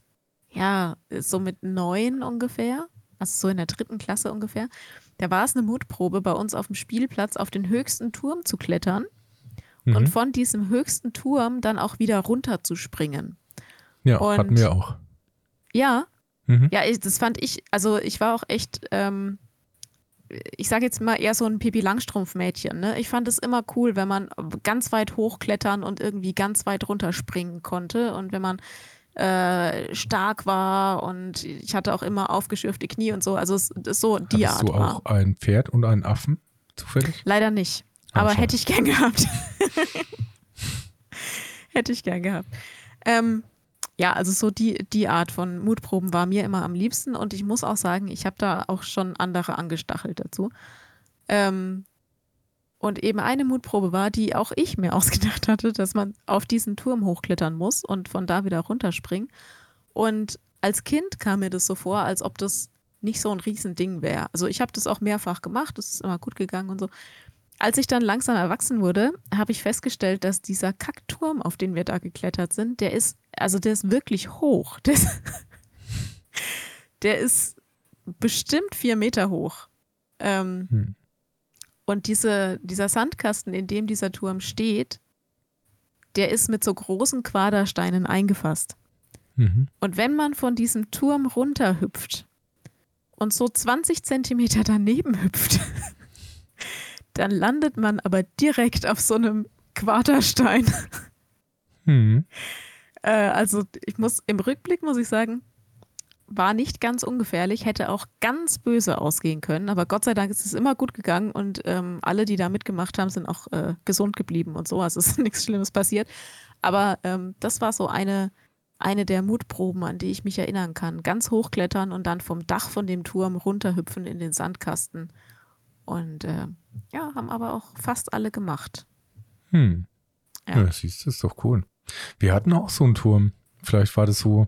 9 ungefähr, also so in der 3. Klasse ungefähr, da war es eine Mutprobe, bei uns auf dem Spielplatz auf den höchsten Turm zu klettern und von diesem höchsten Turm dann auch wieder runter zu springen. Ja, Und hatten wir auch. ja, Mhm. Ja, das fand ich, also ich war auch echt, ich sage jetzt mal eher so ein Pipi-Langstrumpf-Mädchen. Ne? Ich fand es immer cool, wenn man ganz weit hochklettern und irgendwie ganz weit runterspringen konnte und wenn man stark war und ich hatte auch immer aufgeschürfte Knie und so. Also es ist so die Hattest Art du war. auch ein Pferd und einen Affen zufällig? Leider nicht. Ah, Aber schade. hätte ich gern gehabt. Hätte ich gern gehabt. Ja, also so die Art von Mutproben war mir immer am liebsten und ich muss auch sagen, ich habe da auch schon andere angestachelt dazu. Ähm, und eben eine Mutprobe war, die auch ich mir ausgedacht hatte, dass man auf diesen Turm hochklettern muss und von da wieder runterspringen. Und als Kind kam mir das so vor, als ob das nicht so ein Riesending wäre. Also ich habe das auch mehrfach gemacht, das ist immer gut gegangen und so. Als ich dann langsam erwachsen wurde, habe ich festgestellt, dass dieser Kackturm, auf den wir da geklettert sind, der ist wirklich hoch. Der ist bestimmt 4 Meter hoch. Hm. Und dieser Sandkasten, in dem dieser Turm steht, der ist mit so großen Quadersteinen eingefasst. Mhm. Und wenn man von diesem Turm runterhüpft und so 20 Zentimeter daneben hüpft, dann landet man aber direkt auf so einem Quaderstein. Mhm. Also im Rückblick muss ich sagen, war nicht ganz ungefährlich, hätte auch ganz böse ausgehen können, aber Gott sei Dank ist es immer gut gegangen und alle, die da mitgemacht haben, sind auch gesund geblieben und so, also ist nichts Schlimmes passiert. Aber das war so eine der Mutproben, an die ich mich erinnern kann. Ganz hochklettern und dann vom Dach von dem Turm runterhüpfen in den Sandkasten. Und ja, haben aber auch fast alle gemacht. Hm. Ja. Ja, siehst du, das ist doch cool. Wir hatten auch so einen Turm. Vielleicht war das so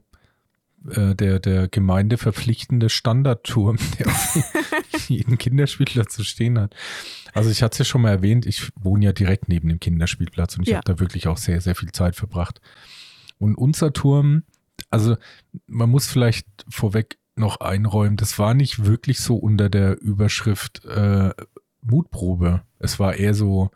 der gemeindeverpflichtende Standardturm, der auf jedem Kinderspielplatz zu stehen hat. Also ich hatte es ja schon mal erwähnt, ich wohne ja direkt neben dem Kinderspielplatz und ich Ja. habe da wirklich auch sehr, sehr viel Zeit verbracht. Und unser Turm, also man muss vielleicht vorweg noch einräumen, das war nicht wirklich so unter der Überschrift Mutprobe. Es war eher so,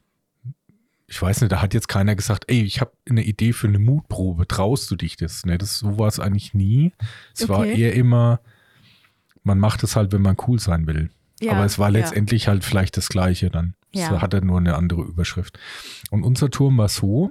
ich weiß nicht, da hat jetzt keiner gesagt, ey, ich habe eine Idee für eine Mutprobe, traust du dich das? Ne, so war es eigentlich nie. Es war Okay. eher immer, man macht es halt, wenn man cool sein will. Ja, Aber es war ja. letztendlich halt vielleicht das Gleiche dann. Es Ja. hatte nur eine andere Überschrift. Und unser Turm war so,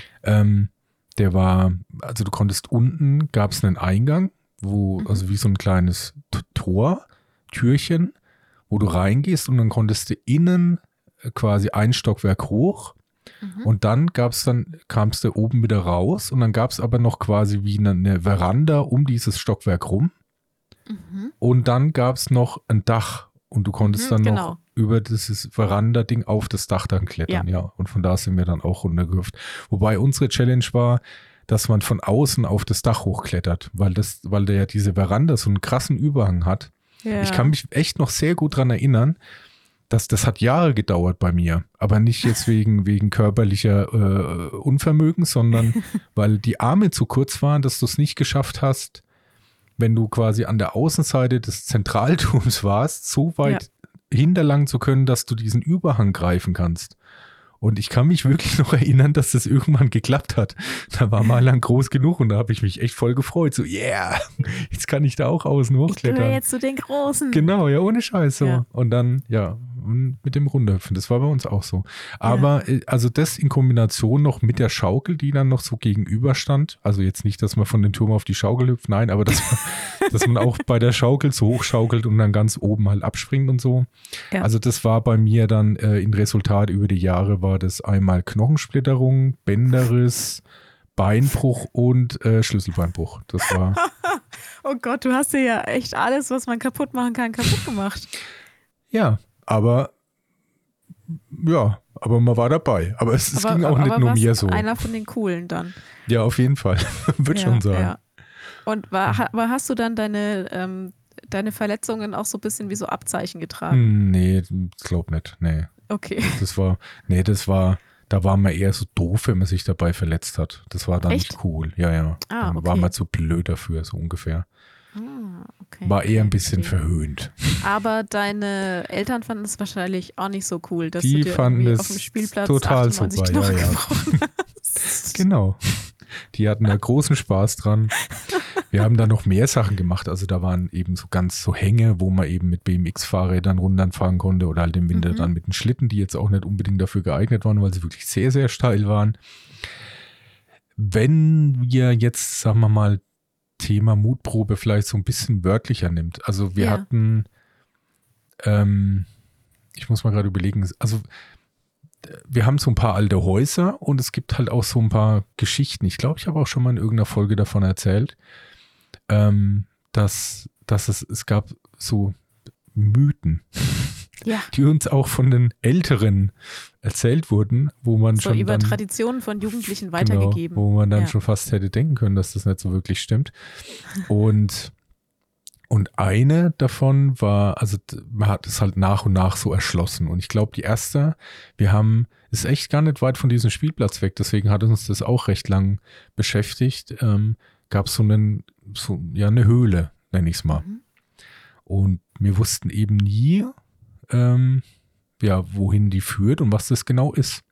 der war, also du konntest unten, gab es einen Eingang, also wie so ein kleines Tor, Türchen, wo du reingehst und dann konntest du innen quasi ein Stockwerk hoch und dann kamst du oben wieder raus und dann gab es aber noch quasi wie eine Veranda um dieses Stockwerk rum und dann gab es noch ein Dach und du konntest dann genau. noch über dieses Veranda-Ding auf das Dach dann klettern, ja. Und von da sind wir dann auch runtergehüpft. Wobei unsere Challenge war, dass man von außen auf das Dach hochklettert, weil der ja diese Veranda so einen krassen Überhang hat. Ja. Ich kann mich echt noch sehr gut dran erinnern, dass das hat Jahre gedauert bei mir, aber nicht jetzt wegen körperlicher Unvermögen, sondern weil die Arme zu kurz waren, dass du es nicht geschafft hast, wenn du quasi an der Außenseite des Zentralturms warst, so weit hinterlangen zu können, dass du diesen Überhang greifen kannst. Und ich kann mich wirklich noch erinnern, dass das irgendwann geklappt hat. Da war mal lang groß genug und da habe ich mich echt voll gefreut. So, yeah, jetzt kann ich da auch außen Ich hochklettern. gehöre jetzt zu den Großen. Genau, ja, ohne Scheiß so. Ja. Und dann, ja, mit dem Runterhüpfen, das war bei uns auch so. Aber also das in Kombination noch mit der Schaukel, die dann noch so gegenüber stand. Also jetzt nicht, dass man von dem Turm auf die Schaukel hüpft, nein, aber dass man auch bei der Schaukel so hochschaukelt und dann ganz oben halt abspringt und so. Ja. Also das war bei mir dann in Resultat über die Jahre war das einmal Knochensplitterung, Bänderriss, Beinbruch und Schlüsselbeinbruch. Das war... Oh Gott, du hast dir ja echt alles, was man kaputt machen kann, kaputt gemacht. Ja, aber man war dabei. Aber es ging auch nicht nur mir so. Einer von den Coolen dann. Ja, auf jeden Fall. Würde schon sagen. Ja. Und hast du dann deine Verletzungen auch so ein bisschen wie so Abzeichen getragen? Nee, glaub nicht. Nee. Okay. Da war man eher so doof, wenn man sich dabei verletzt hat. Das war dann Echt? nicht cool. Ja. Ah, Dann war okay. man zu blöd dafür, so ungefähr. Okay. War eher ein bisschen verstehe. verhöhnt. Aber deine Eltern fanden es wahrscheinlich auch nicht so cool, dass Die du dir fanden irgendwie es auf dem Spielplatz total 98 super, Knochen ja. gebrochen hast. Genau. Die hatten da großen Spaß dran. Wir haben da noch mehr Sachen gemacht. Also da waren eben so ganz so Hänge, wo man eben mit BMX-Fahrrädern runterfahren konnte oder halt im Winter dann mit den Schlitten, die jetzt auch nicht unbedingt dafür geeignet waren, weil sie wirklich sehr, sehr steil waren. Wenn wir jetzt, sagen wir mal, Thema Mutprobe vielleicht so ein bisschen wörtlicher nimmt. Also wir hatten, ich muss mal gerade überlegen, also wir haben so ein paar alte Häuser und es gibt halt auch so ein paar Geschichten. Ich glaube, ich habe auch schon mal in irgendeiner Folge davon erzählt, dass es gab so Mythen, die uns auch von den Älteren erzählt wurden, wo man so schon über dann, Jugendlichen weitergegeben. genau, wo man dann schon fast hätte denken können, dass das nicht so wirklich stimmt. Und eine davon war, also man hat es halt nach und nach so erschlossen. Und ich glaube, die erste, ist echt gar nicht weit von diesem Spielplatz weg, deswegen hat uns das auch recht lang beschäftigt. Gab es eine Höhle, nenne ich es mal. Und wir wussten eben nie, wohin die führt und was das genau ist.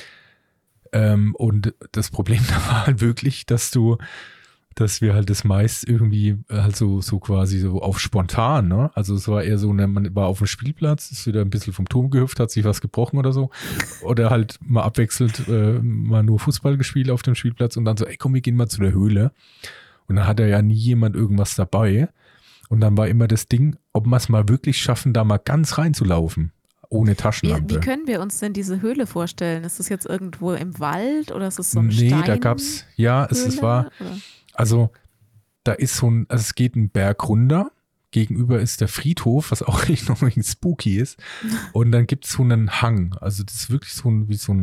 Und das Problem da war halt wirklich, dass wir halt das meist irgendwie halt so quasi so auf spontan, ne? Also es war eher so, man war auf dem Spielplatz, ist wieder ein bisschen vom Turm gehüpft, hat sich was gebrochen oder so. Oder halt mal abwechselnd mal nur Fußball gespielt auf dem Spielplatz und dann so, ey komm, wir gehen mal zu der Höhle. Und dann hat ja nie jemand irgendwas dabei. Und dann war immer das Ding, ob wir es mal wirklich schaffen, da mal ganz reinzulaufen. Ohne Taschenlampe. Wie können wir uns denn diese Höhle vorstellen? Ist das jetzt irgendwo im Wald oder ist es so ein Stein? Nee, da gab's, es war... Oder? Also da ist es geht einen Berg runter, gegenüber ist der Friedhof, was auch echt noch ein bisschen spooky ist. Und dann gibt es so einen Hang. Also das ist wirklich so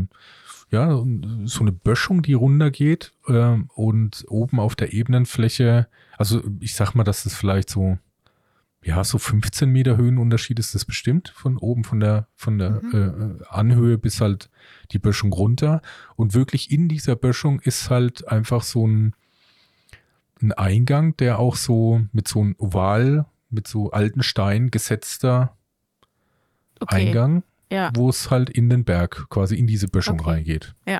eine Böschung, die runtergeht und oben auf der Ebenenfläche, also ich sag mal, dass das vielleicht so 15 Meter Höhenunterschied ist das bestimmt, von oben von der Anhöhe bis halt die Böschung runter. Und wirklich in dieser Böschung ist halt einfach so ein Eingang, der auch so mit so einem Oval, mit so alten Steinen gesetzter Eingang, wo es halt in den Berg, quasi in diese Böschung reingeht. Ja.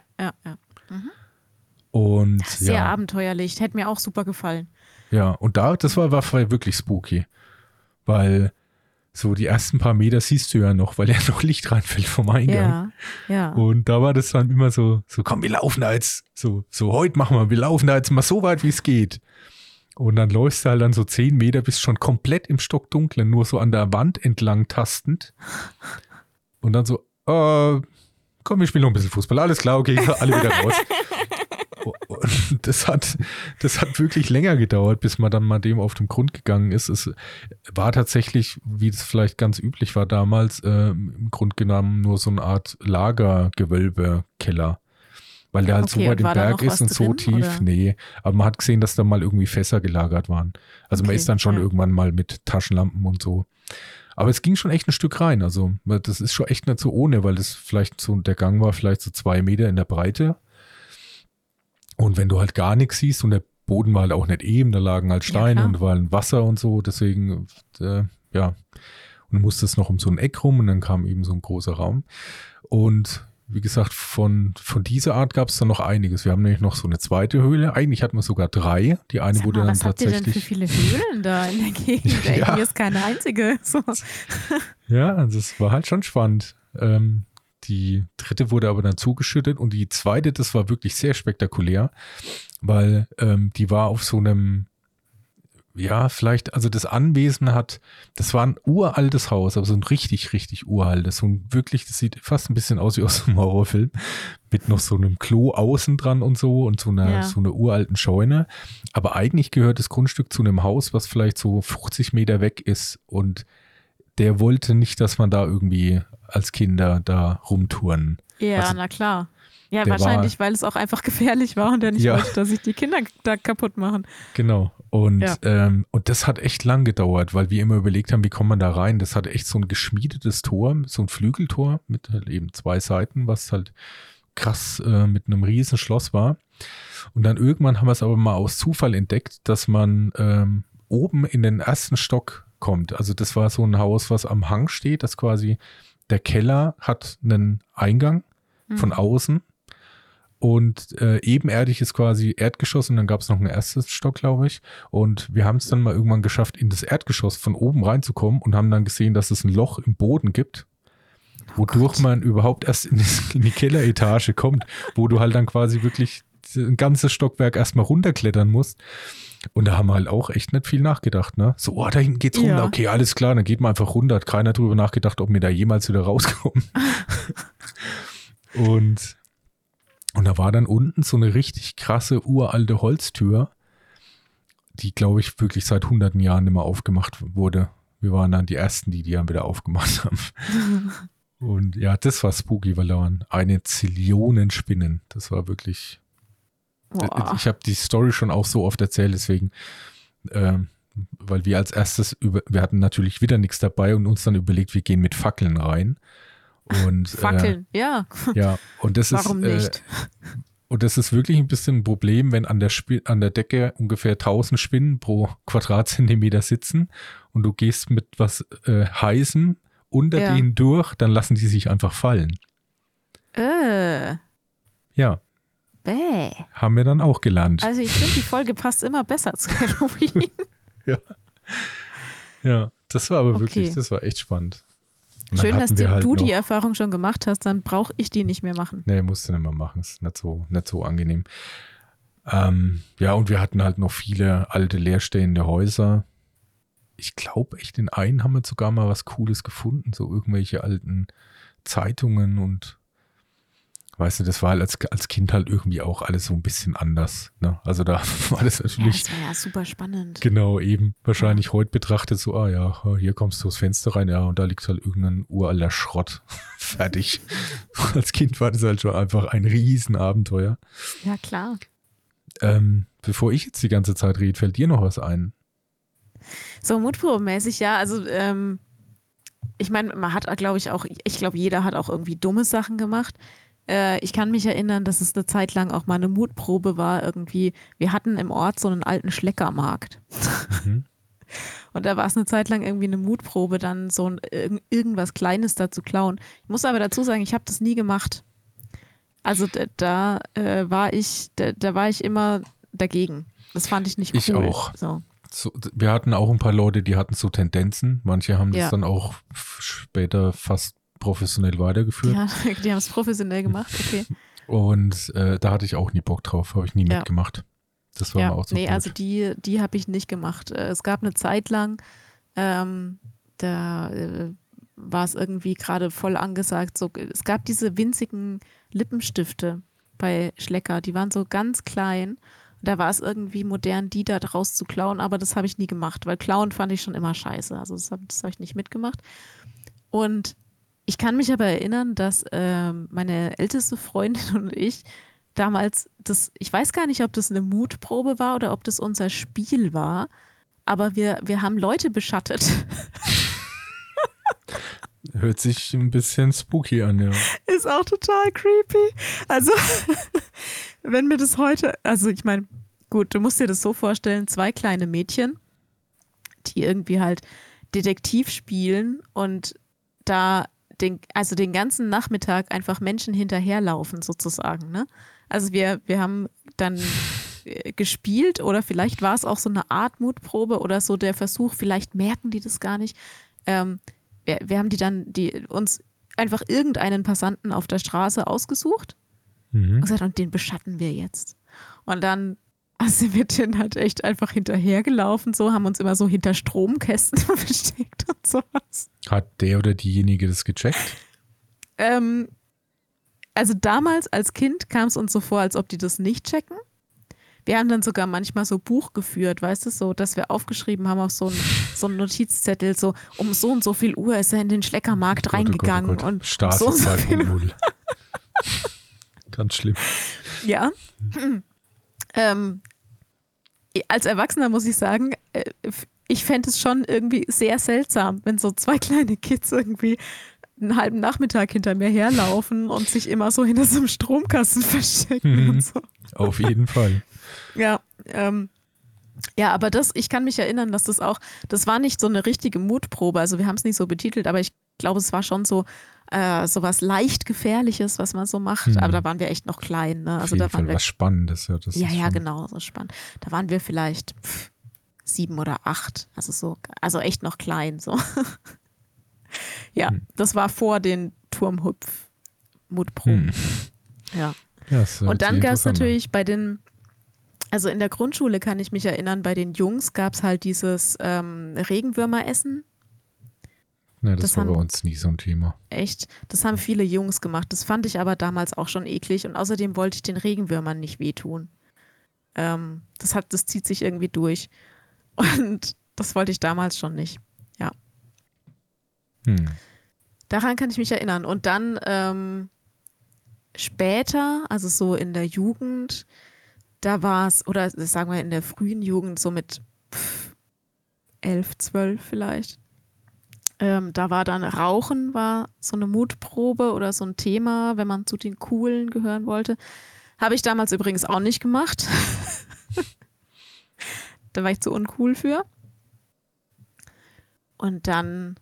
Und sehr abenteuerlich, hätte mir auch super gefallen. Ja, und das war wirklich spooky, weil so die ersten paar Meter siehst du ja noch, weil ja noch Licht reinfällt vom Eingang. Ja. Und da war das dann immer so komm, wir laufen da jetzt, so heute machen wir laufen da jetzt mal so weit, wie es geht. Und dann läufst du halt dann so 10 Meter, bist schon komplett im Stockdunklen, nur so an der Wand entlang tastend. Und dann so, komm, wir spielen noch ein bisschen Fußball. Alles klar, okay, alle wieder raus. Und das hat wirklich länger gedauert, bis man dann mal dem auf den Grund gegangen ist. Es war tatsächlich, wie es vielleicht ganz üblich war damals, im Grunde genommen nur so eine Art Lagergewölbekeller. Weil der halt so weit im Berg ist und so tief. Oder? Nee, aber man hat gesehen, dass da mal irgendwie Fässer gelagert waren. Also man ist dann schon irgendwann mal mit Taschenlampen und so. Aber es ging schon echt ein Stück rein. Also das ist schon echt nicht so ohne, weil das vielleicht so, der Gang war vielleicht so 2 Meter in der Breite. Und wenn du halt gar nichts siehst und der Boden war halt auch nicht eben, da lagen halt Steine und war ein Wasser und so, deswegen, Und du musstest noch um so ein Eck rum und dann kam eben so ein großer Raum. Und wie gesagt, von dieser Art gab es dann noch einiges. Wir haben nämlich noch so eine zweite Höhle. Eigentlich hatten wir sogar 3. Die eine wurde dann was tatsächlich. Was habt ihr denn für viele Höhlen da in der Gegend? Hier ist keine einzige. So. Ja, das war halt schon spannend. Die 3. wurde aber dann zugeschüttet und die 2., das war wirklich sehr spektakulär, weil die war auf so einem, vielleicht, also das Anwesen das war ein uraltes Haus, aber so ein richtig, richtig uraltes. So ein wirklich, das sieht fast ein bisschen aus wie aus einem Horrorfilm, mit noch so einem Klo außen dran und so einer uralten Scheune. Aber eigentlich gehört das Grundstück zu einem Haus, was vielleicht so 50 Meter weg ist und der wollte nicht, dass man da irgendwie als Kinder da rumtouren. Ja, also, na klar. Ja, wahrscheinlich, weil es auch einfach gefährlich war und er nicht wollte, dass sich die Kinder da kaputt machen. Genau. Und das hat echt lang gedauert, weil wir immer überlegt haben, wie kommt man da rein. Das hat echt so ein geschmiedetes Tor, so ein Flügeltor mit halt eben 2 Seiten, was halt krass mit einem riesen Schloss war. Und dann irgendwann haben wir es aber mal aus Zufall entdeckt, dass man oben in den ersten Stock kommt. Also das war so ein Haus, was am Hang steht, das quasi der Keller hat einen Eingang von außen Und ebenerdig ist quasi Erdgeschoss und dann gab es noch einen ersten Stock, glaube ich. Und wir haben es dann mal irgendwann geschafft, in das Erdgeschoss von oben reinzukommen und haben dann gesehen, dass es ein Loch im Boden gibt, wodurch man überhaupt erst in die Kelleretage kommt, wo du halt dann quasi wirklich ein ganzes Stockwerk erstmal runterklettern musst. Und da haben wir halt auch echt nicht viel nachgedacht, ne? So, da hinten geht's runter, Ja. okay, alles klar, dann geht man einfach runter. Hat keiner drüber nachgedacht, ob wir da jemals wieder rauskommen. Und da war dann unten so eine richtig krasse, uralte Holztür, die, glaube ich, wirklich seit hunderten Jahren nicht mehr aufgemacht wurde. Wir waren dann die Ersten, die dann wieder aufgemacht haben. Und ja, das war spooky, weil da waren eine Zillionen Spinnen. Das war wirklich... Boah. Ich habe die Story schon auch so oft erzählt, deswegen, weil wir als erstes, wir hatten natürlich wieder nichts dabei und uns dann überlegt, wir gehen mit Fackeln rein. Und, Fackeln, ja. Ja, und das Warum ist, nicht? und das ist wirklich ein bisschen ein Problem, wenn an der Decke ungefähr 1000 Spinnen pro Quadratzentimeter sitzen und du gehst mit was Heißem unter Ja. denen durch, dann lassen die sich einfach fallen. Ja, Bäh. haben wir dann auch gelernt. Also ich finde, die Folge passt immer besser zu Halloween. Ja, das war aber Okay. wirklich, das war echt spannend. Und dann Schön, dass hatten wir halt du die noch- Erfahrung schon gemacht hast, dann brauche ich die nicht mehr machen. Nee, musste nicht mehr machen, ist nicht so angenehm. Ja, und wir hatten halt noch viele alte leerstehende Häuser. Ich glaube echt, in einen haben wir sogar mal was Cooles gefunden, so irgendwelche alten Zeitungen und weißt du, das war halt als Kind halt irgendwie auch alles so ein bisschen anders. Ne? Also da war das Ja, natürlich das war ja super spannend. genau eben wahrscheinlich heute betrachtet so, hier kommst du durchs Fenster rein, ja, und da liegt halt irgendein uralter Schrott. Fertig. Als Kind war das halt schon einfach ein Riesenabenteuer. Ja, klar. Bevor ich jetzt die ganze Zeit rede, fällt dir noch was ein? So mutprobenmäßig, ja. Also ich meine, man hat, glaube ich, auch, ich glaube, jeder hat auch irgendwie dumme Sachen gemacht. Ich kann mich erinnern, dass es eine Zeit lang auch mal eine Mutprobe war irgendwie. Wir hatten im Ort so einen alten Schleckermarkt. Mhm. Und da war es eine Zeit lang irgendwie eine Mutprobe, dann so irgendwas Kleines da zu klauen. Ich muss aber dazu sagen, ich habe das nie gemacht. Also da war ich immer dagegen. Das fand ich nicht cool. Ich auch. So. So, wir hatten auch ein paar Leute, die hatten so Tendenzen. Manche haben das Ja. dann auch später fast professionell weitergeführt. Ja, die haben es professionell gemacht, okay. Und da hatte ich auch nie Bock drauf, habe ich nie Ja. mitgemacht. Das war Ja, mir auch so nee, blöd. also die habe ich nicht gemacht. Es gab eine Zeit lang, da war es irgendwie gerade voll angesagt. So, es gab diese winzigen Lippenstifte bei Schlecker, die waren so ganz klein. Da war es irgendwie modern, die da draus zu klauen, aber das habe ich nie gemacht, weil klauen fand ich schon immer scheiße. Also das hab ich nicht mitgemacht. Und ich kann mich aber erinnern, dass meine älteste Freundin und ich damals, ich weiß gar nicht, ob das eine Mutprobe war oder ob das unser Spiel war, aber wir haben Leute beschattet. Hört sich ein bisschen spooky an, ja. Ist auch total creepy. Also, wenn mir das heute, also ich meine, gut, du musst dir das so vorstellen, 2 kleine Mädchen, die irgendwie halt Detektiv spielen und da den ganzen Nachmittag einfach Menschen hinterherlaufen sozusagen, ne? Also wir haben dann gespielt oder vielleicht war es auch so eine Art Mutprobe oder so der Versuch, vielleicht merken die das gar nicht. Wir haben uns einfach irgendeinen Passanten auf der Straße ausgesucht und gesagt, und den beschatten wir jetzt. Und dann sind wir den halt echt einfach hinterhergelaufen, so, haben uns immer so hinter Stromkästen versteckt und sowas. Hat der oder diejenige das gecheckt? Also damals als Kind kam es uns so vor, als ob die das nicht checken. Wir haben dann sogar manchmal so Buch geführt, weißt du, so, dass wir aufgeschrieben haben auf so einen Notizzettel, so um so und so viel Uhr ist er in den Schleckermarkt reingegangen. Und um so und so viel Uhr. Ganz schlimm. Ja. Als Erwachsener muss ich sagen, ich fände es schon irgendwie sehr seltsam, wenn so 2 kleine Kids irgendwie einen halben Nachmittag hinter mir herlaufen und sich immer so hinter so einem Stromkasten verstecken und so. Auf jeden Fall. Ja, ja, aber ich kann mich erinnern, dass das war nicht so eine richtige Mutprobe, also wir haben es nicht so betitelt, aber ich glaube, es war schon so, sowas leicht Gefährliches, was man so macht. Aber da waren wir echt noch klein. Ne? Auf Also jeden da waren Fall wir, was Spannendes. Ja, das ist ja, schon, genau, so spannend. Da waren wir vielleicht 7 oder 8. Also echt noch klein. So. Ja, das war vor den Turmhüpf-Mutproben. Ja. Ja, das hört Und dann sich gab es interessant an. natürlich also in der Grundschule kann ich mich erinnern, bei den Jungs gab es halt dieses Regenwürmeressen. Ne, Das das war bei haben uns nie so ein Thema. das haben viele Jungs gemacht. Das fand ich aber damals auch schon eklig und außerdem wollte ich den Regenwürmern nicht wehtun. Das zieht sich irgendwie durch. Und das wollte ich damals schon nicht. Ja, Hm. daran kann ich mich erinnern. Und dann später, also so in der Jugend, da war es, oder sagen wir in der frühen Jugend, so mit 11, 12 vielleicht. Da war dann Rauchen, war so eine Mutprobe oder so ein Thema, wenn man zu den Coolen gehören wollte. Habe ich damals übrigens auch nicht gemacht. Da war ich zu uncool für. Und dann,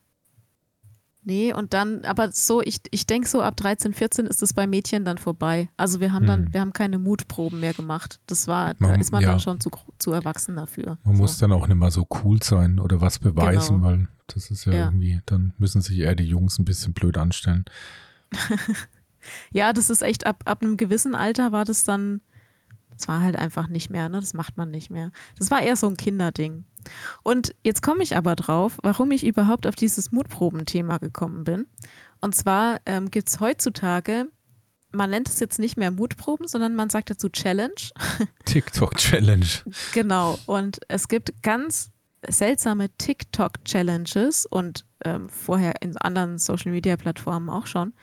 aber so, ich denke so ab 13, 14 ist es bei Mädchen dann vorbei. Also wir haben keine Mutproben mehr gemacht. Da ist man dann schon zu erwachsen dafür. Man So. muss dann auch nicht mal so cool sein oder was beweisen, Genau. weil das ist ja irgendwie, dann müssen sich eher die Jungs ein bisschen blöd anstellen. Ja, das ist echt, ab einem gewissen Alter war das war halt einfach nicht mehr, ne? Das macht man nicht mehr. Das war eher so ein Kinderding. Und jetzt komme ich aber drauf, warum ich überhaupt auf dieses Mutprobenthema gekommen bin. Und zwar gibt es heutzutage, man nennt es jetzt nicht mehr Mutproben, sondern man sagt dazu Challenge. TikTok-Challenge. Genau. Und es gibt ganz seltsame TikTok-Challenges und vorher in anderen Social-Media-Plattformen auch schon,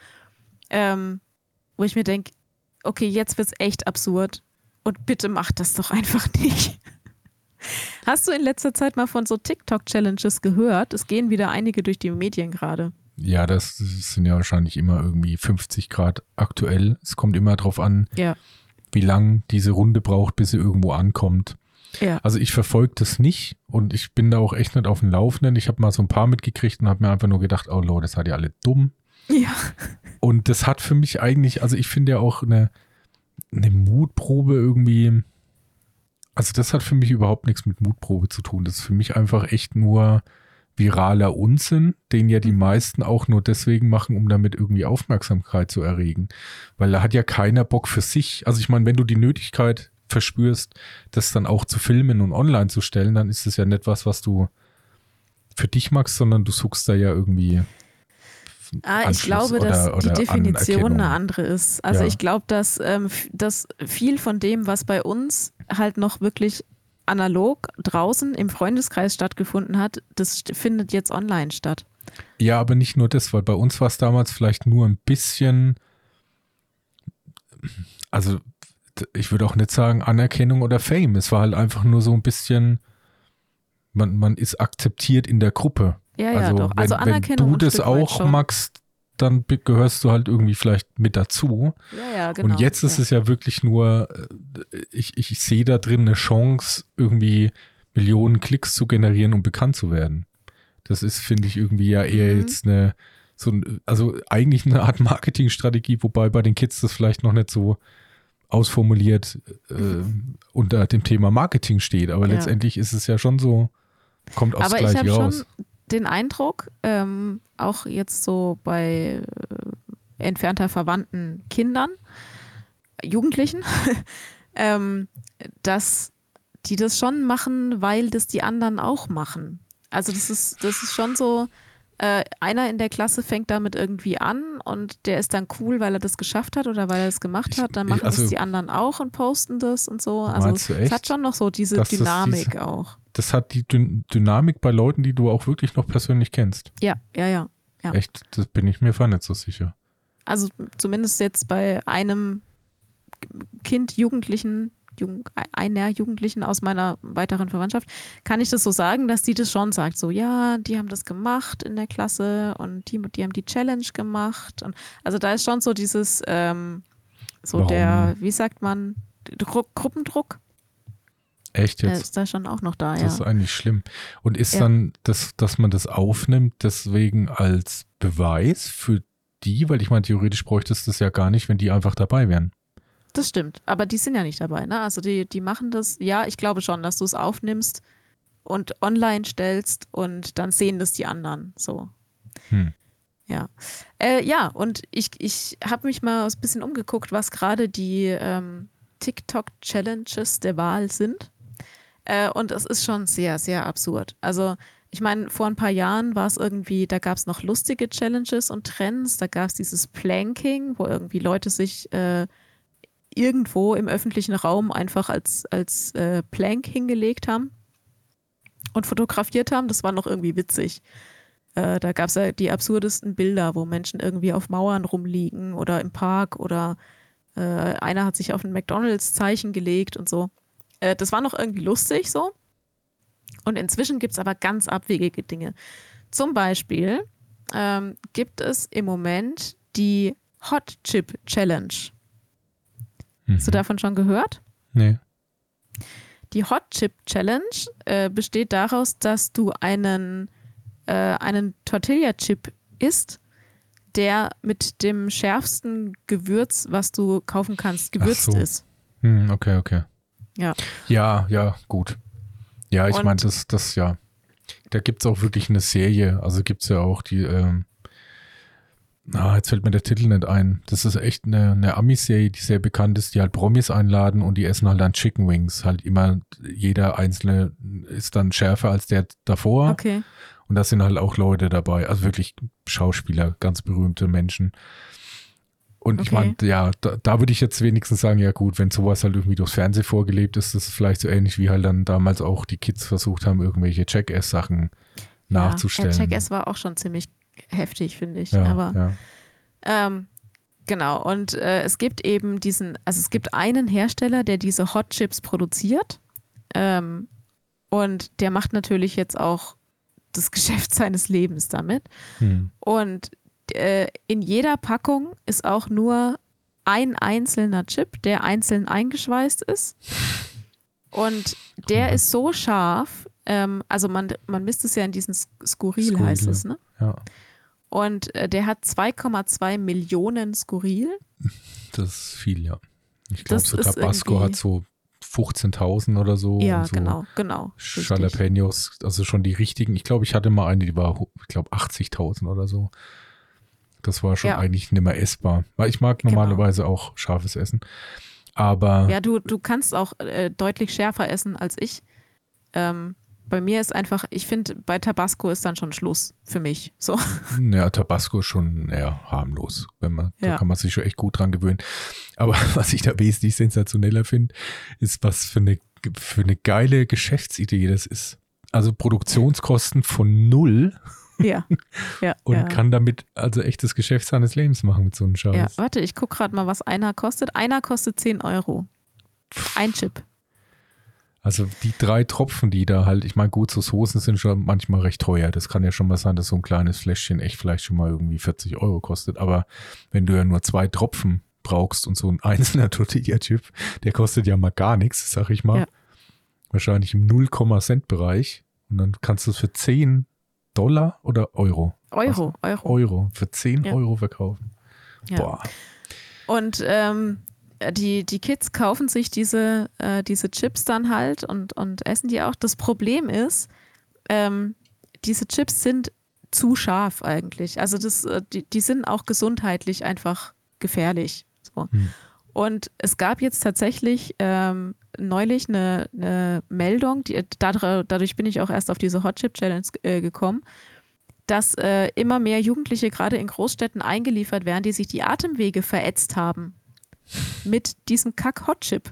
wo ich mir denke, okay, jetzt wird's echt absurd und bitte mach das doch einfach nicht. Hast du in letzter Zeit mal von so TikTok-Challenges gehört? Es gehen wieder einige durch die Medien gerade. Ja, das sind ja wahrscheinlich immer irgendwie 50 Grad aktuell. Es kommt immer drauf an, Ja, wie lang diese Runde braucht, bis sie irgendwo ankommt. ja. Also ich verfolge das nicht und ich bin da auch echt nicht auf dem Laufenden. Ich habe mal so ein paar mitgekriegt und habe mir einfach nur gedacht, oh Leute, das seid ihr alle dumm. Ja. Und das hat für mich eigentlich, also ich finde ja auch eine Mutprobe irgendwie, also das hat für mich überhaupt nichts mit Mutprobe zu tun. Das ist für mich einfach echt nur viraler Unsinn, den ja die meisten auch nur deswegen machen, um damit irgendwie Aufmerksamkeit zu erregen. Weil da hat ja keiner Bock für sich. Also ich meine, wenn du die Nötigkeit verspürst, das dann auch zu filmen und online zu stellen, dann ist es ja nicht was du für dich magst, sondern du suchst da ja irgendwie Ich glaube, dass die Definition eine andere ist. Also ich glaube, dass viel von dem, was bei uns halt noch wirklich analog draußen im Freundeskreis stattgefunden hat, das findet jetzt online statt. Ja, aber nicht nur das, weil bei uns war es damals vielleicht nur ein bisschen, also ich würde auch nicht sagen Anerkennung oder Fame. Es war halt einfach nur so ein bisschen, man ist akzeptiert in der Gruppe. Ja, also doch. Wenn, Also Anerkennung wenn du das auch magst, dann gehörst du halt irgendwie vielleicht mit dazu. Ja, genau. Und jetzt ist es ja wirklich nur, ich sehe da drin eine Chance, irgendwie Millionen Klicks zu generieren, um bekannt zu werden. Das ist, finde ich, irgendwie ja eher jetzt also eigentlich eine Art Marketingstrategie, wobei bei den Kids das vielleicht noch nicht so ausformuliert unter dem Thema Marketing steht. Aber letztendlich ist es ja schon so, kommt aufs Gleiche raus. Aber ich habe schon den Eindruck, auch jetzt so bei entfernter verwandten Kindern, Jugendlichen, dass die das schon machen, weil das die anderen auch machen. Also das ist schon so, einer in der Klasse fängt damit irgendwie an und der ist dann cool, weil er das geschafft hat oder weil er es gemacht hat. Dann machen das die anderen auch und posten das und so. Also es hat schon noch so diese Dynamik auch. Das hat die Dynamik bei Leuten, die du auch wirklich noch persönlich kennst. Ja. Echt, das bin ich mir nicht so sicher. Also zumindest jetzt bei einem Kind, einer Jugendlichen aus meiner weiteren Verwandtschaft, kann ich das so sagen, dass die das schon sagt. So, ja, die haben das gemacht in der Klasse und die haben die Challenge gemacht. Und also da ist schon so dieses, wie sagt man, Gruppendruck. Echt jetzt? Der ist da schon auch noch da, Das ist eigentlich schlimm. Und ist dann, dass man das aufnimmt, deswegen als Beweis für die? Weil ich meine, theoretisch bräuchtest du das ja gar nicht, wenn die einfach dabei wären. Das stimmt, aber die sind ja nicht dabei, ne? Also die machen das, ja, ich glaube schon, dass du es aufnimmst und online stellst und dann sehen das die anderen, so. Ja. Ja, und ich habe mich mal ein bisschen umgeguckt, was gerade die TikTok-Challenges der Wahl sind. Und es ist schon sehr, sehr absurd. Also ich meine, vor ein paar Jahren war es irgendwie, da gab es noch lustige Challenges und Trends. Da gab es dieses Planking, wo irgendwie Leute sich irgendwo im öffentlichen Raum einfach als Plank hingelegt haben und fotografiert haben. Das war noch irgendwie witzig. Da gab es ja die absurdesten Bilder, wo Menschen irgendwie auf Mauern rumliegen oder im Park oder einer hat sich auf ein McDonald's-Zeichen gelegt und so. Das war noch irgendwie lustig so. Und inzwischen gibt es aber ganz abwegige Dinge. Zum Beispiel gibt es im Moment die Hot Chip Challenge. Hast du davon schon gehört? Nee. Die Hot Chip Challenge besteht daraus, dass du einen Tortilla-Chip isst, der mit dem schärfsten Gewürz, was du kaufen kannst, gewürzt ist. Okay. Ja. Ja, gut. Ja, ich meine, das ja. Da gibt es auch wirklich eine Serie. Also gibt es ja auch die, jetzt fällt mir der Titel nicht ein. Das ist echt eine Ami-Serie, die sehr bekannt ist, die halt Promis einladen und die essen halt dann Chicken Wings. Halt immer, jeder einzelne ist dann schärfer als der davor. Okay. Und da sind halt auch Leute dabei, also wirklich Schauspieler, ganz berühmte Menschen. Und ich meine, ja, da würde ich jetzt wenigstens sagen, ja gut, wenn sowas halt irgendwie durchs Fernsehen vorgelebt ist, das ist vielleicht so ähnlich wie halt dann damals auch die Kids versucht haben, irgendwelche Jackass-Sachen nachzustellen. Ja, Jackass war auch schon ziemlich heftig, finde ich. Ja, aber genau, und es gibt eben es gibt einen Hersteller, der diese Hot Chips produziert und der macht natürlich jetzt auch das Geschäft seines Lebens damit. Und in jeder Packung ist auch nur ein einzelner Chip, der einzeln eingeschweißt ist. Und der ist so scharf, also man misst es ja in diesen Skurril heißt es, ne? Ja. Und der hat 2,2 Millionen Skurril. Das ist viel, ja. Ich glaube, so ist Tabasco hat so 15.000 oder so. Ja, und so genau. Jalapenos, also schon die richtigen. Ich glaube, ich hatte mal eine, die war, ich glaube, 80.000 oder so. Das war schon eigentlich nicht mehr essbar. Weil ich mag normalerweise auch scharfes Essen. Aber. Ja, du kannst auch deutlich schärfer essen als ich. Bei mir ist einfach, ich finde, bei Tabasco ist dann schon Schluss für mich. So. Ja, Tabasco ist schon eher harmlos. Da kann man sich schon echt gut dran gewöhnen. Aber was ich da wesentlich sensationeller finde, ist, was für eine geile Geschäftsidee das ist. Also Produktionskosten von 0. Ja. Und kann damit also echtes Geschäft seines Lebens machen mit so einem Scheiß. Ja, warte, ich gucke gerade mal, was einer kostet. Einer kostet 10 €. Ein Chip. Also die 3 Tropfen, die da halt, ich meine, gut, so Soßen sind schon manchmal recht teuer. Das kann ja schon mal sein, dass so ein kleines Fläschchen echt vielleicht schon mal irgendwie 40 € kostet. Aber wenn du ja nur 2 Tropfen brauchst und so ein einzelner Tortilla-Chip, der kostet ja mal gar nichts, sag ich mal. Ja. Wahrscheinlich im 0,Cent-Bereich. Und dann kannst du es für 10 $ oder Euro? Euro. Für 10 € verkaufen. Ja. Boah. Und die Kids kaufen sich diese Chips dann halt und essen die auch. Das Problem ist, diese Chips sind zu scharf eigentlich. Also die sind auch gesundheitlich einfach gefährlich. So. Und es gab jetzt tatsächlich neulich eine Meldung, dadurch bin ich auch erst auf diese Hot Chip Challenge gekommen, dass immer mehr Jugendliche gerade in Großstädten eingeliefert werden, die sich die Atemwege verätzt haben mit diesem Kack-Hot-Chip.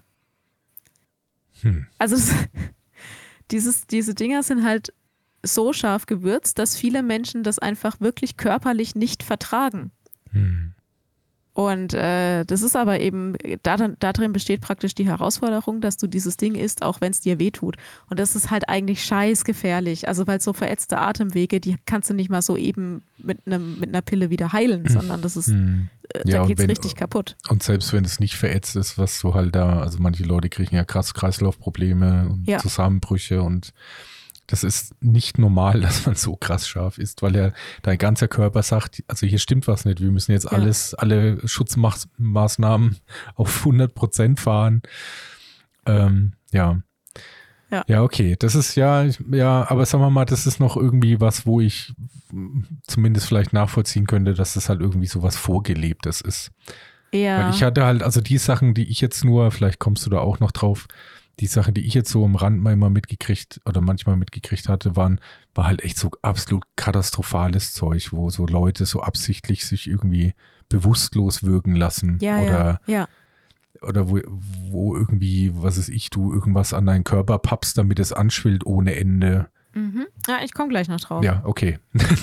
Also diese Dinger sind halt so scharf gewürzt, dass viele Menschen das einfach wirklich körperlich nicht vertragen. Und das ist aber eben, darin besteht praktisch die Herausforderung, dass du dieses Ding isst, auch wenn es dir wehtut. Und das ist halt eigentlich scheißgefährlich. Also weil so verätzte Atemwege, die kannst du nicht mal so eben mit einer Pille wieder heilen, sondern das ist, da geht's richtig kaputt. Und selbst wenn es nicht verätzt ist, was du halt da, also manche Leute kriegen ja krass Kreislaufprobleme und Zusammenbrüche und Das ist nicht normal, dass man so krass scharf ist, weil ja dein ganzer Körper sagt, also hier stimmt was nicht, wir müssen jetzt alle Schutzmaßnahmen auf 100% fahren. Ja. Ja, okay, das ist ja, aber sagen wir mal, das ist noch irgendwie was, wo ich zumindest vielleicht nachvollziehen könnte, dass das halt irgendwie so was Vorgelebtes ist. Ja. Weil ich hatte halt, also die Sachen, die ich jetzt nur, vielleicht kommst du da auch noch drauf, die Sachen, die ich jetzt so am Rand mal immer mitgekriegt oder manchmal mitgekriegt hatte, war halt echt so absolut katastrophales Zeug, wo so Leute so absichtlich sich irgendwie bewusstlos wirken lassen oder wo irgendwie, was weiß ich, du irgendwas an deinen Körper pappst, damit es anschwillt ohne Ende. Mhm. Ja, ich komme gleich noch drauf. Ja, okay.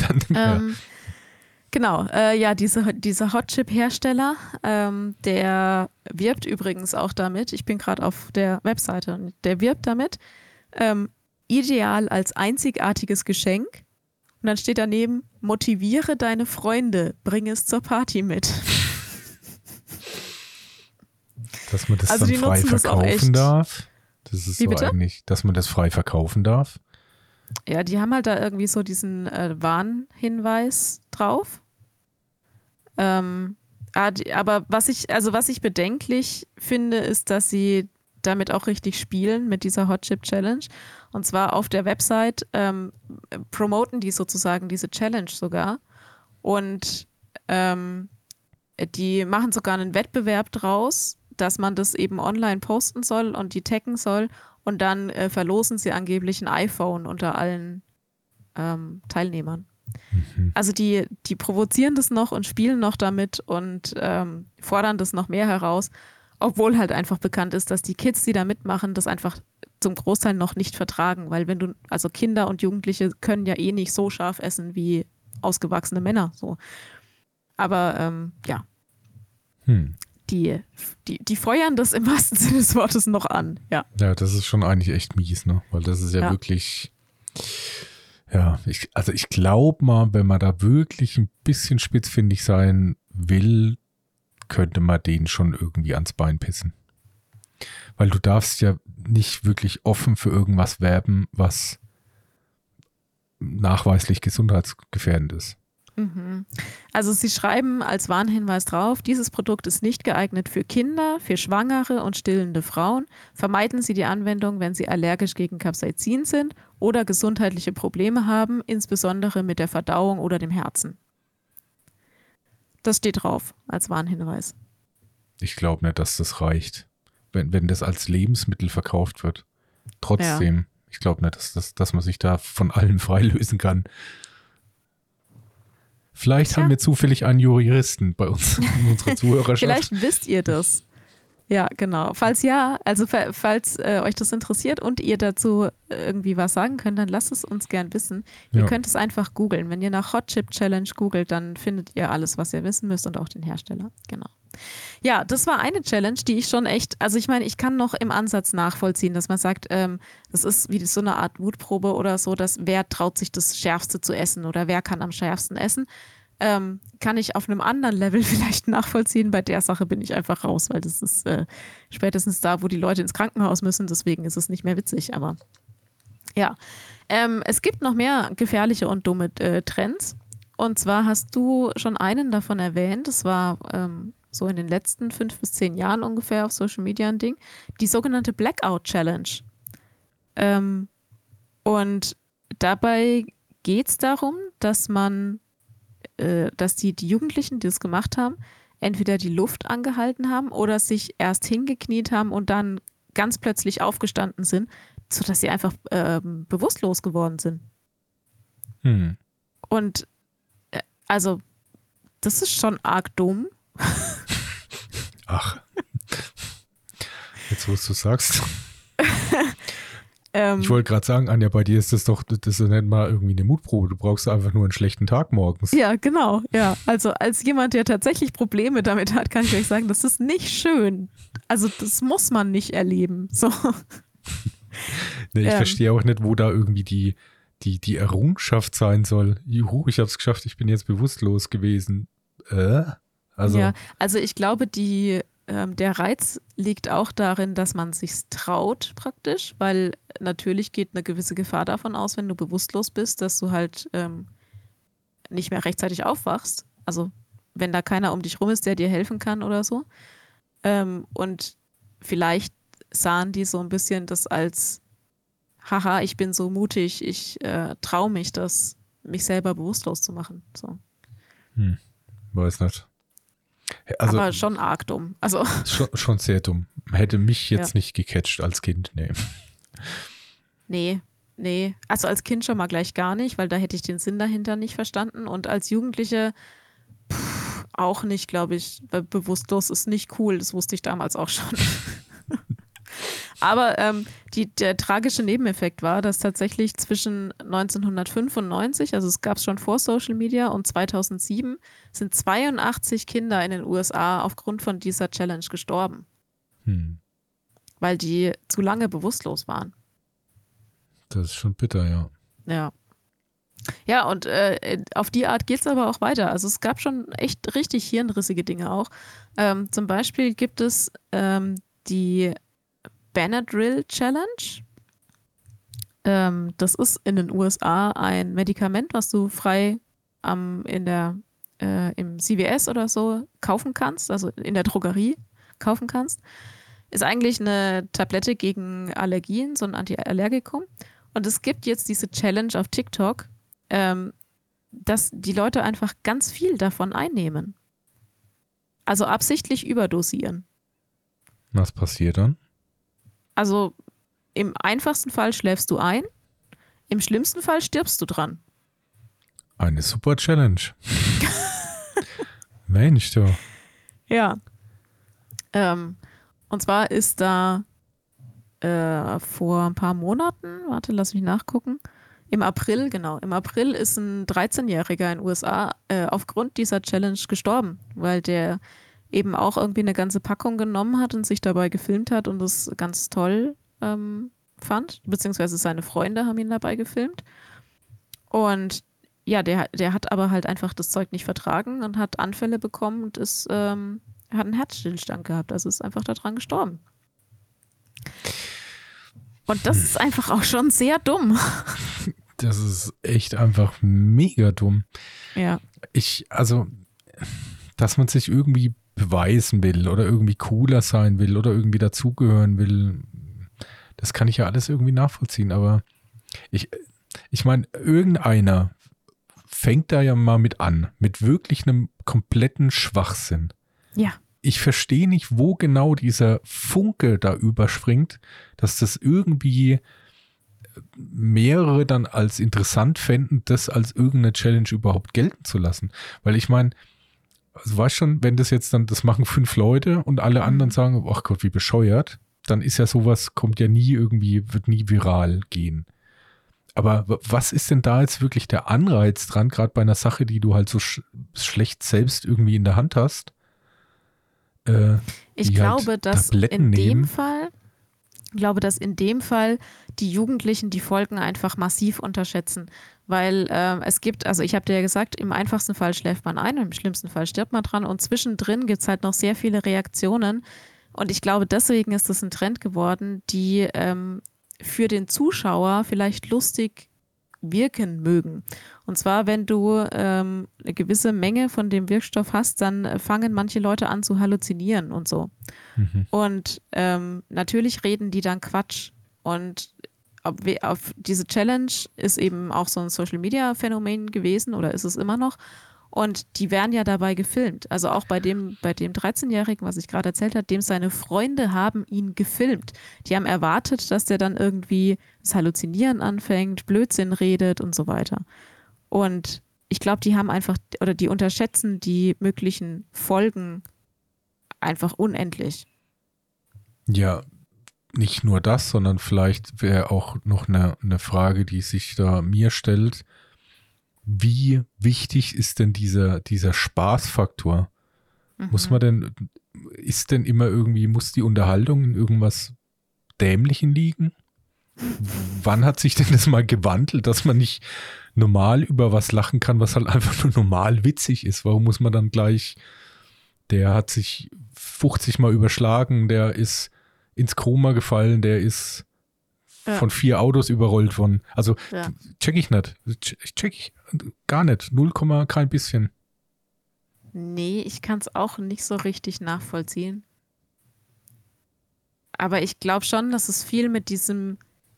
Genau, dieser Hot-Chip-Hersteller, der wirbt übrigens auch damit, ich bin gerade auf der Webseite und der wirbt damit, ideal als einzigartiges Geschenk. Und dann steht daneben, motiviere deine Freunde, bring es zur Party mit. Dass man das also dann frei verkaufen darf. Das ist so eigentlich, dass man das frei verkaufen darf. Ja, die haben halt da irgendwie so diesen Warnhinweis drauf. Aber was ich bedenklich finde, ist, dass sie damit auch richtig spielen mit dieser Hot Chip Challenge. Und zwar auf der Website promoten die sozusagen diese Challenge sogar. Und die machen sogar einen Wettbewerb draus, dass man das eben online posten soll und die taggen soll. Und dann verlosen sie angeblich ein iPhone unter allen Teilnehmern. Also die provozieren das noch und spielen noch damit und fordern das noch mehr heraus, obwohl halt einfach bekannt ist, dass die Kids, die da mitmachen, das einfach zum Großteil noch nicht vertragen, weil also Kinder und Jugendliche können ja eh nicht so scharf essen wie ausgewachsene Männer, so. Aber die feuern das im wahrsten Sinne des Wortes noch an, ja. Ja, das ist schon eigentlich echt mies, ne? Weil das ist ja wirklich... Ja, ich glaube mal, wenn man da wirklich ein bisschen spitzfindig sein will, könnte man den schon irgendwie ans Bein pissen. Weil du darfst ja nicht wirklich offen für irgendwas werben, was nachweislich gesundheitsgefährdend ist. Mhm. Also sie schreiben als Warnhinweis drauf, dieses Produkt ist nicht geeignet für Kinder, für Schwangere und stillende Frauen. Vermeiden Sie die Anwendung, wenn Sie allergisch gegen Capsaicin sind oder gesundheitliche Probleme haben, insbesondere mit der Verdauung oder dem Herzen. Das steht drauf als Warnhinweis. Ich glaube nicht, dass das reicht, wenn das als Lebensmittel verkauft wird. Trotzdem, ich glaube nicht, dass man sich da von allem freilösen kann. Vielleicht haben wir zufällig einen Juristen bei uns in unserer Zuhörerschaft. Vielleicht wisst ihr das. Ja, genau. Falls ja, also falls euch das interessiert und ihr dazu irgendwie was sagen könnt, dann lasst es uns gern wissen. Ihr könnt es einfach googeln. Wenn ihr nach Hot Chip Challenge googelt, dann findet ihr alles, was ihr wissen müsst und auch den Hersteller. Genau. Ja, das war eine Challenge, die ich schon echt, also ich meine, ich kann noch im Ansatz nachvollziehen, dass man sagt, das ist wie so eine Art Mutprobe oder so, dass wer traut sich das Schärfste zu essen oder wer kann am schärfsten essen. Kann ich auf einem anderen Level vielleicht nachvollziehen. Bei der Sache bin ich einfach raus, weil das ist spätestens da, wo die Leute ins Krankenhaus müssen. Deswegen ist es nicht mehr witzig. Aber ja, es gibt noch mehr gefährliche und dumme Trends. Und zwar hast du schon einen davon erwähnt. Das war so in den letzten 5 bis 10 Jahren ungefähr auf Social Media ein Ding. Die sogenannte Blackout Challenge. Und dabei geht es darum, dass die Jugendlichen, die das gemacht haben, entweder die Luft angehalten haben oder sich erst hingekniet haben und dann ganz plötzlich aufgestanden sind, sodass sie einfach bewusstlos geworden sind. Und also, das ist schon arg dumm. Ach. Jetzt, wo du sagst. Ich wollte gerade sagen, Anja, bei dir ist das nicht mal irgendwie eine Mutprobe. Du brauchst einfach nur einen schlechten Tag morgens. Ja, genau. Ja, also als jemand, der tatsächlich Probleme damit hat, kann ich euch sagen, das ist nicht schön. Also das muss man nicht erleben. So. Nee, ich verstehe auch nicht, wo da irgendwie die Errungenschaft sein soll. Juhu, ich habe es geschafft, ich bin jetzt bewusstlos gewesen. Also. Ja, also ich glaube, die der Reiz liegt auch darin, dass man sich's traut praktisch, weil natürlich geht eine gewisse Gefahr davon aus, wenn du bewusstlos bist, dass du halt nicht mehr rechtzeitig aufwachst. Also wenn da keiner um dich rum ist, der dir helfen kann oder so. Und vielleicht sahen die so ein bisschen das als, haha, ich bin so mutig, ich traue mich, das mich selber bewusstlos zu machen. So. Weiß nicht. Also, aber schon arg dumm. Also, schon sehr dumm. Hätte mich jetzt nicht gecatcht als Kind. Nee. Nee. Also als Kind schon mal gleich gar nicht, weil da hätte ich den Sinn dahinter nicht verstanden. Und als Jugendliche auch nicht, glaube ich, weil bewusstlos ist nicht cool. Das wusste ich damals auch schon. Aber der tragische Nebeneffekt war, dass tatsächlich zwischen 1995, also es gab es schon vor Social Media, und 2007 sind 82 Kinder in den USA aufgrund von dieser Challenge gestorben. Weil die zu lange bewusstlos waren. Das ist schon bitter, ja. Ja. Ja, und auf die Art geht es aber auch weiter. Also es gab schon echt richtig hirnrissige Dinge auch. Zum Beispiel gibt es die Benadryl Challenge. Das ist in den USA ein Medikament, was du frei im CVS oder so kaufen kannst, also in der Drogerie kaufen kannst. Ist eigentlich eine Tablette gegen Allergien, so ein Antiallergikum. Und es gibt jetzt diese Challenge auf TikTok, dass die Leute einfach ganz viel davon einnehmen. Also absichtlich überdosieren. Was passiert dann? Also im einfachsten Fall schläfst du ein, im schlimmsten Fall stirbst du dran. Eine super Challenge. Mensch, du. Ja. Und zwar ist da vor ein paar Monaten, warte, lass mich nachgucken, im April ist ein 13-Jähriger in den USA aufgrund dieser Challenge gestorben, weil der eben auch irgendwie eine ganze Packung genommen hat und sich dabei gefilmt hat und das ganz toll fand, beziehungsweise seine Freunde haben ihn dabei gefilmt. Und ja, der hat aber halt einfach das Zeug nicht vertragen und hat Anfälle bekommen und hat einen Herzstillstand gehabt, also ist einfach daran gestorben. Und das ist einfach auch schon sehr dumm. Das ist echt einfach mega dumm. Ja. Also, dass man sich irgendwie beweisen will oder irgendwie cooler sein will oder irgendwie dazugehören will, das kann ich ja alles irgendwie nachvollziehen. Aber ich meine, irgendeiner fängt da ja mal mit an, mit wirklich einem kompletten Schwachsinn. Ja. Ich verstehe nicht, wo genau dieser Funke da überspringt, dass das irgendwie mehrere dann als interessant fänden, das als irgendeine Challenge überhaupt gelten zu lassen. Weil ich meine, also weißt schon, wenn das jetzt dann, das machen 5 Leute und alle anderen sagen, ach Gott, wie bescheuert, dann ist ja sowas, wird nie viral gehen. Aber was ist denn da jetzt wirklich der Anreiz dran, gerade bei einer Sache, die du halt so schlecht selbst irgendwie in der Hand hast? Ich glaube, halt dass Tabletten in dem Fall die Jugendlichen die Folgen einfach massiv unterschätzen. Weil es gibt, also ich habe dir ja gesagt, im einfachsten Fall schläft man ein und im schlimmsten Fall stirbt man dran. Und zwischendrin gibt es halt noch sehr viele Reaktionen. Und ich glaube, deswegen ist das ein Trend geworden, die für den Zuschauer vielleicht lustig wirken mögen. Und zwar, wenn du eine gewisse Menge von dem Wirkstoff hast, dann fangen manche Leute an zu halluzinieren und so. Und natürlich reden die dann Quatsch. Und auf diese Challenge ist eben auch so ein Social-Media-Phänomen gewesen oder ist es immer noch. Und die werden ja dabei gefilmt. Also auch bei dem 13-Jährigen, was ich gerade erzählt habe, dem seine Freunde haben ihn gefilmt. Die haben erwartet, dass der dann irgendwie das Halluzinieren anfängt, Blödsinn redet und so weiter. Und ich glaube, die haben einfach, oder die unterschätzen die möglichen Folgen einfach unendlich. Ja, nicht nur das, sondern vielleicht wäre auch noch eine Frage, die sich da mir stellt. Wie wichtig ist denn dieser Spaßfaktor? Muss die Unterhaltung in irgendwas Dämlichen liegen? Wann hat sich denn das mal gewandelt, dass man nicht normal über was lachen kann, was halt einfach nur normal witzig ist? Warum muss man dann gleich, der hat sich 50 Mal überschlagen, der ist ins Koma gefallen, der ist von 4 Autos überrollt worden. Also check ich nicht. Check ich gar nicht. 0, kein bisschen. Nee, ich kann es auch nicht so richtig nachvollziehen. Aber ich glaube schon, dass es viel mit diesem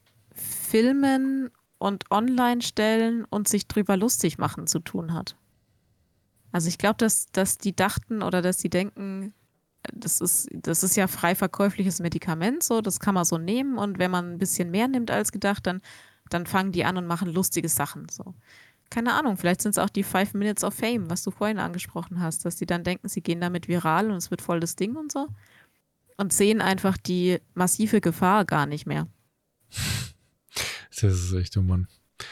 Filmen und Online-Stellen und sich drüber lustig machen zu tun hat. Also ich glaube, dass die dachten oder dass die denken, das ist ja frei verkäufliches Medikament, so, das kann man so nehmen und wenn man ein bisschen mehr nimmt als gedacht, dann fangen die an und machen lustige Sachen. So. Keine Ahnung, vielleicht sind es auch die 5 Minutes of Fame, was du vorhin angesprochen hast, dass die dann denken, sie gehen damit viral und es wird voll das Ding und so und sehen einfach die massive Gefahr gar nicht mehr. Das ist echt, oh Mann.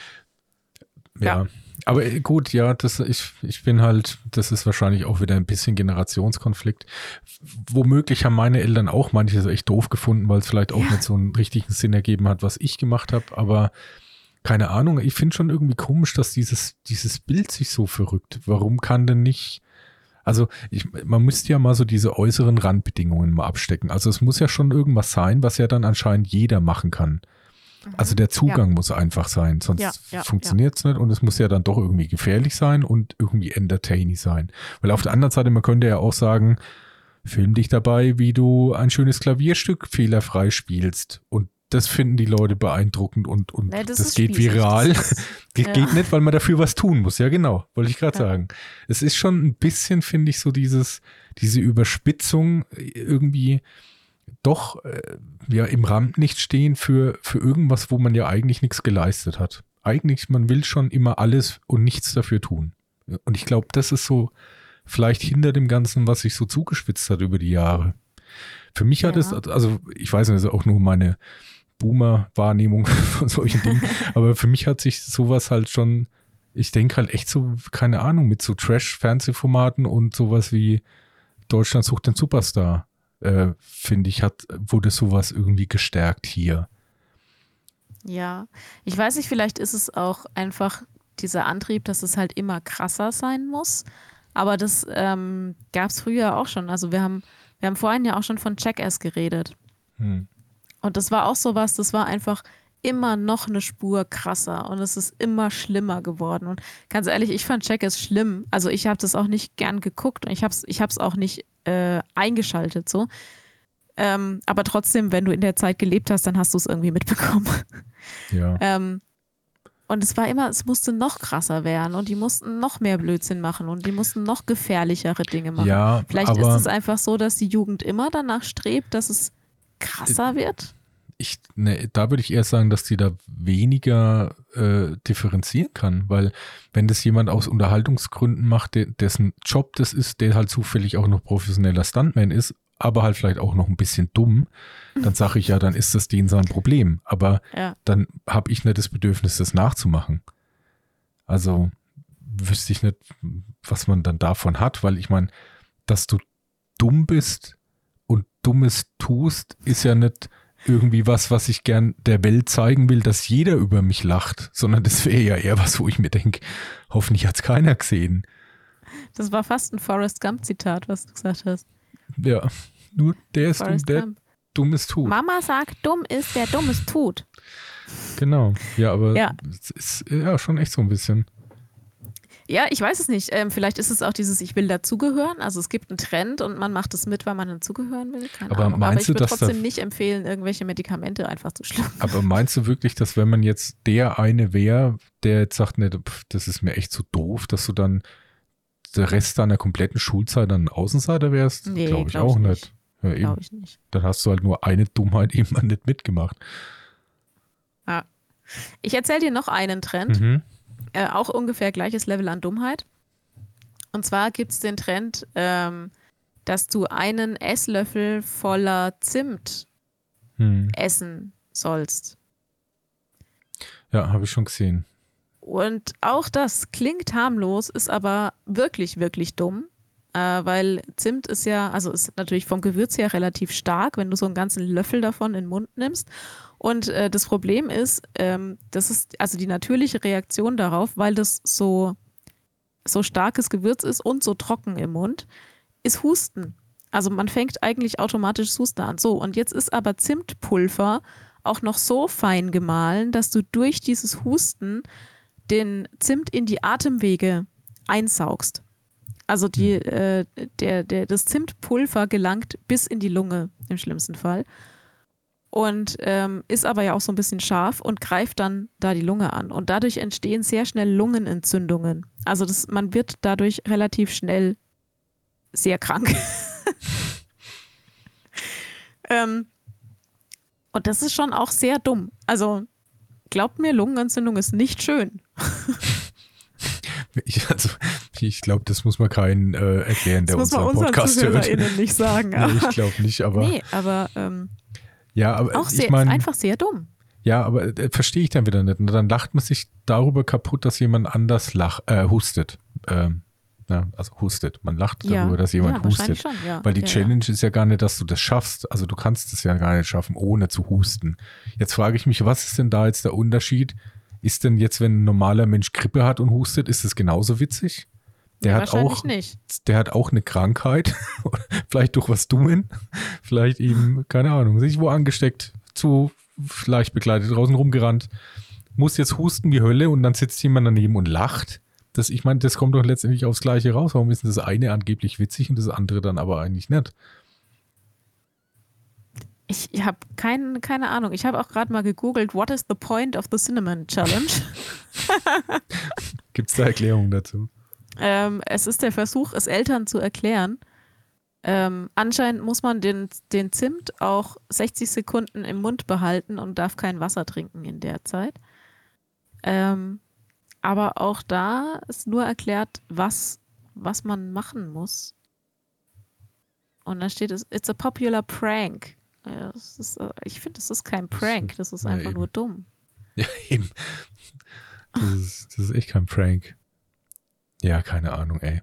Ja. Aber gut, ja, ich bin halt, das ist wahrscheinlich auch wieder ein bisschen Generationskonflikt. Womöglich haben meine Eltern auch manches echt doof gefunden, weil es vielleicht auch nicht so einen richtigen Sinn ergeben hat, was ich gemacht habe. Aber keine Ahnung, ich finde schon irgendwie komisch, dass dieses Bild sich so verrückt. Warum kann denn nicht, also man müsste ja mal so diese äußeren Randbedingungen mal abstecken. Also es muss ja schon irgendwas sein, was ja dann anscheinend jeder machen kann. Also der Zugang muss einfach sein, sonst funktioniert es nicht und es muss ja dann doch irgendwie gefährlich sein und irgendwie entertaining sein. Weil auf der anderen Seite, man könnte ja auch sagen, film dich dabei, wie du ein schönes Klavierstück fehlerfrei spielst und das finden die Leute beeindruckend und das geht viral. Geht nicht, weil man dafür was tun muss. Ja, genau, wollte ich gerade sagen. Es ist schon ein bisschen, finde ich, so diese Überspitzung irgendwie doch im Rampenlicht stehen für irgendwas, wo man ja eigentlich nichts geleistet hat. Eigentlich, man will schon immer alles und nichts dafür tun. Und ich glaube, das ist so vielleicht hinter dem Ganzen, was sich so zugespitzt hat über die Jahre. Für mich hat es, also ich weiß nicht, das ist auch nur meine Boomer-Wahrnehmung von solchen Dingen, aber für mich hat sich sowas halt schon, ich denke halt echt so, keine Ahnung, mit so Trash-Fernsehformaten und sowas wie Deutschland sucht den Superstar, finde ich, wurde sowas irgendwie gestärkt hier. Ja, ich weiß nicht, vielleicht ist es auch einfach dieser Antrieb, dass es halt immer krasser sein muss, aber das gab es früher auch schon. Also wir haben vorhin ja auch schon von Jackass geredet. Und das war auch sowas, das war einfach immer noch eine Spur krasser und es ist immer schlimmer geworden. Und ganz ehrlich, ich fand Jackass schlimm. Also ich habe das auch nicht gern geguckt und ich hab's auch nicht eingeschaltet so. Aber trotzdem, wenn du in der Zeit gelebt hast, dann hast du es irgendwie mitbekommen. Ja. Und es musste noch krasser werden und die mussten noch mehr Blödsinn machen und die mussten noch gefährlichere Dinge machen. Ja, Vielleicht ist es einfach so, dass die Jugend immer danach strebt, dass es krasser wird. Da würde ich eher sagen, dass die da weniger differenzieren kann, weil wenn das jemand aus Unterhaltungsgründen macht, dessen Job das ist, der halt zufällig auch noch professioneller Stuntman ist, aber halt vielleicht auch noch ein bisschen dumm, dann sage ich ja, dann ist das denen sein Problem. Aber dann habe ich nicht das Bedürfnis, das nachzumachen. Also wüsste ich nicht, was man dann davon hat, weil ich meine, dass du dumm bist und Dummes tust, ist ja nicht irgendwie was ich gern der Welt zeigen will, dass jeder über mich lacht, sondern das wäre ja eher was, wo ich mir denke, hoffentlich hat es keiner gesehen. Das war fast ein Forrest Gump-Zitat, was du gesagt hast. Ja, nur der ist dumm, der Dummes tut. Mama sagt, dumm ist, der Dummes tut. Genau, ja, aber es ist ja schon echt so ein bisschen. Ja, ich weiß es nicht. Vielleicht ist es auch dieses, ich will dazugehören. Also es gibt einen Trend und man macht es mit, weil man dazugehören will. Keine Ahnung. Aber ich würde trotzdem nicht empfehlen, irgendwelche Medikamente einfach zu schlucken. Aber meinst du wirklich, dass wenn man jetzt der eine wäre, der jetzt sagt, ne, das ist mir echt so doof, dass du dann der Rest deiner kompletten Schulzeit dann Außenseiter wärst? Nee, glaube ich auch nicht. Ja, glaube ich nicht. Dann hast du halt nur eine Dummheit eben mal nicht mitgemacht. Ja. Ich erzähle dir noch einen Trend. Auch ungefähr gleiches Level an Dummheit. Und zwar gibt es den Trend, dass du einen Esslöffel voller Zimt essen sollst. Ja, habe ich schon gesehen. Und auch das klingt harmlos, ist aber wirklich, wirklich dumm. Weil Zimt ist ja, also ist natürlich vom Gewürz her relativ stark, wenn du so einen ganzen Löffel davon in den Mund nimmst. Und das Problem ist, das ist also die natürliche Reaktion darauf, weil das so starkes Gewürz ist und so trocken im Mund, ist Husten. Also man fängt eigentlich automatisch das Husten an. So, und jetzt ist aber Zimtpulver auch noch so fein gemahlen, dass du durch dieses Husten den Zimt in die Atemwege einsaugst. Also das Zimtpulver gelangt bis in die Lunge im schlimmsten Fall und ist aber ja auch so ein bisschen scharf und greift dann da die Lunge an. Und dadurch entstehen sehr schnell Lungenentzündungen. Also man wird dadurch relativ schnell sehr krank. Und das ist schon auch sehr dumm. Also glaubt mir, Lungenentzündung ist nicht schön. Ich glaube, das muss man keinen erklären, der unseren Podcast hört. Das muss man unseren ZuhörerInnen nicht sagen. Nee, ich glaube nicht, aber... Nee, aber, ja, aber auch sehr, einfach sehr dumm. Ja, aber verstehe ich dann wieder nicht. Und dann lacht man sich darüber kaputt, dass jemand anders hustet. Also hustet. Man lacht darüber, dass jemand hustet. Schon, ja. Weil die Challenge ist ja gar nicht, dass du das schaffst. Also du kannst es ja gar nicht schaffen, ohne zu husten. Jetzt frage ich mich, was ist denn da jetzt der Unterschied? Ist denn jetzt, wenn ein normaler Mensch Grippe hat und hustet, ist es genauso witzig? Der hat auch eine Krankheit, vielleicht durch was Dummen, vielleicht ihm, keine Ahnung, sich wo angesteckt, zu leicht begleitet, draußen rumgerannt, muss jetzt husten wie Hölle und dann sitzt jemand daneben und lacht. Ich meine, das kommt doch letztendlich aufs Gleiche raus. Warum ist das eine angeblich witzig und das andere dann aber eigentlich nicht? Ich habe keine Ahnung. Ich habe auch gerade mal gegoogelt, what is the point of the Cinnamon Challenge? Gibt es da Erklärungen dazu? Es ist der Versuch, es Eltern zu erklären. Anscheinend muss man den Zimt auch 60 Sekunden im Mund behalten und darf kein Wasser trinken in der Zeit. Aber auch da ist nur erklärt, was man machen muss. Und dann steht es, it's a popular prank. Ja, ich finde, das ist kein Prank, das ist einfach nur dumm. Ja, eben. Das ist echt kein Prank. Ja, keine Ahnung, ey.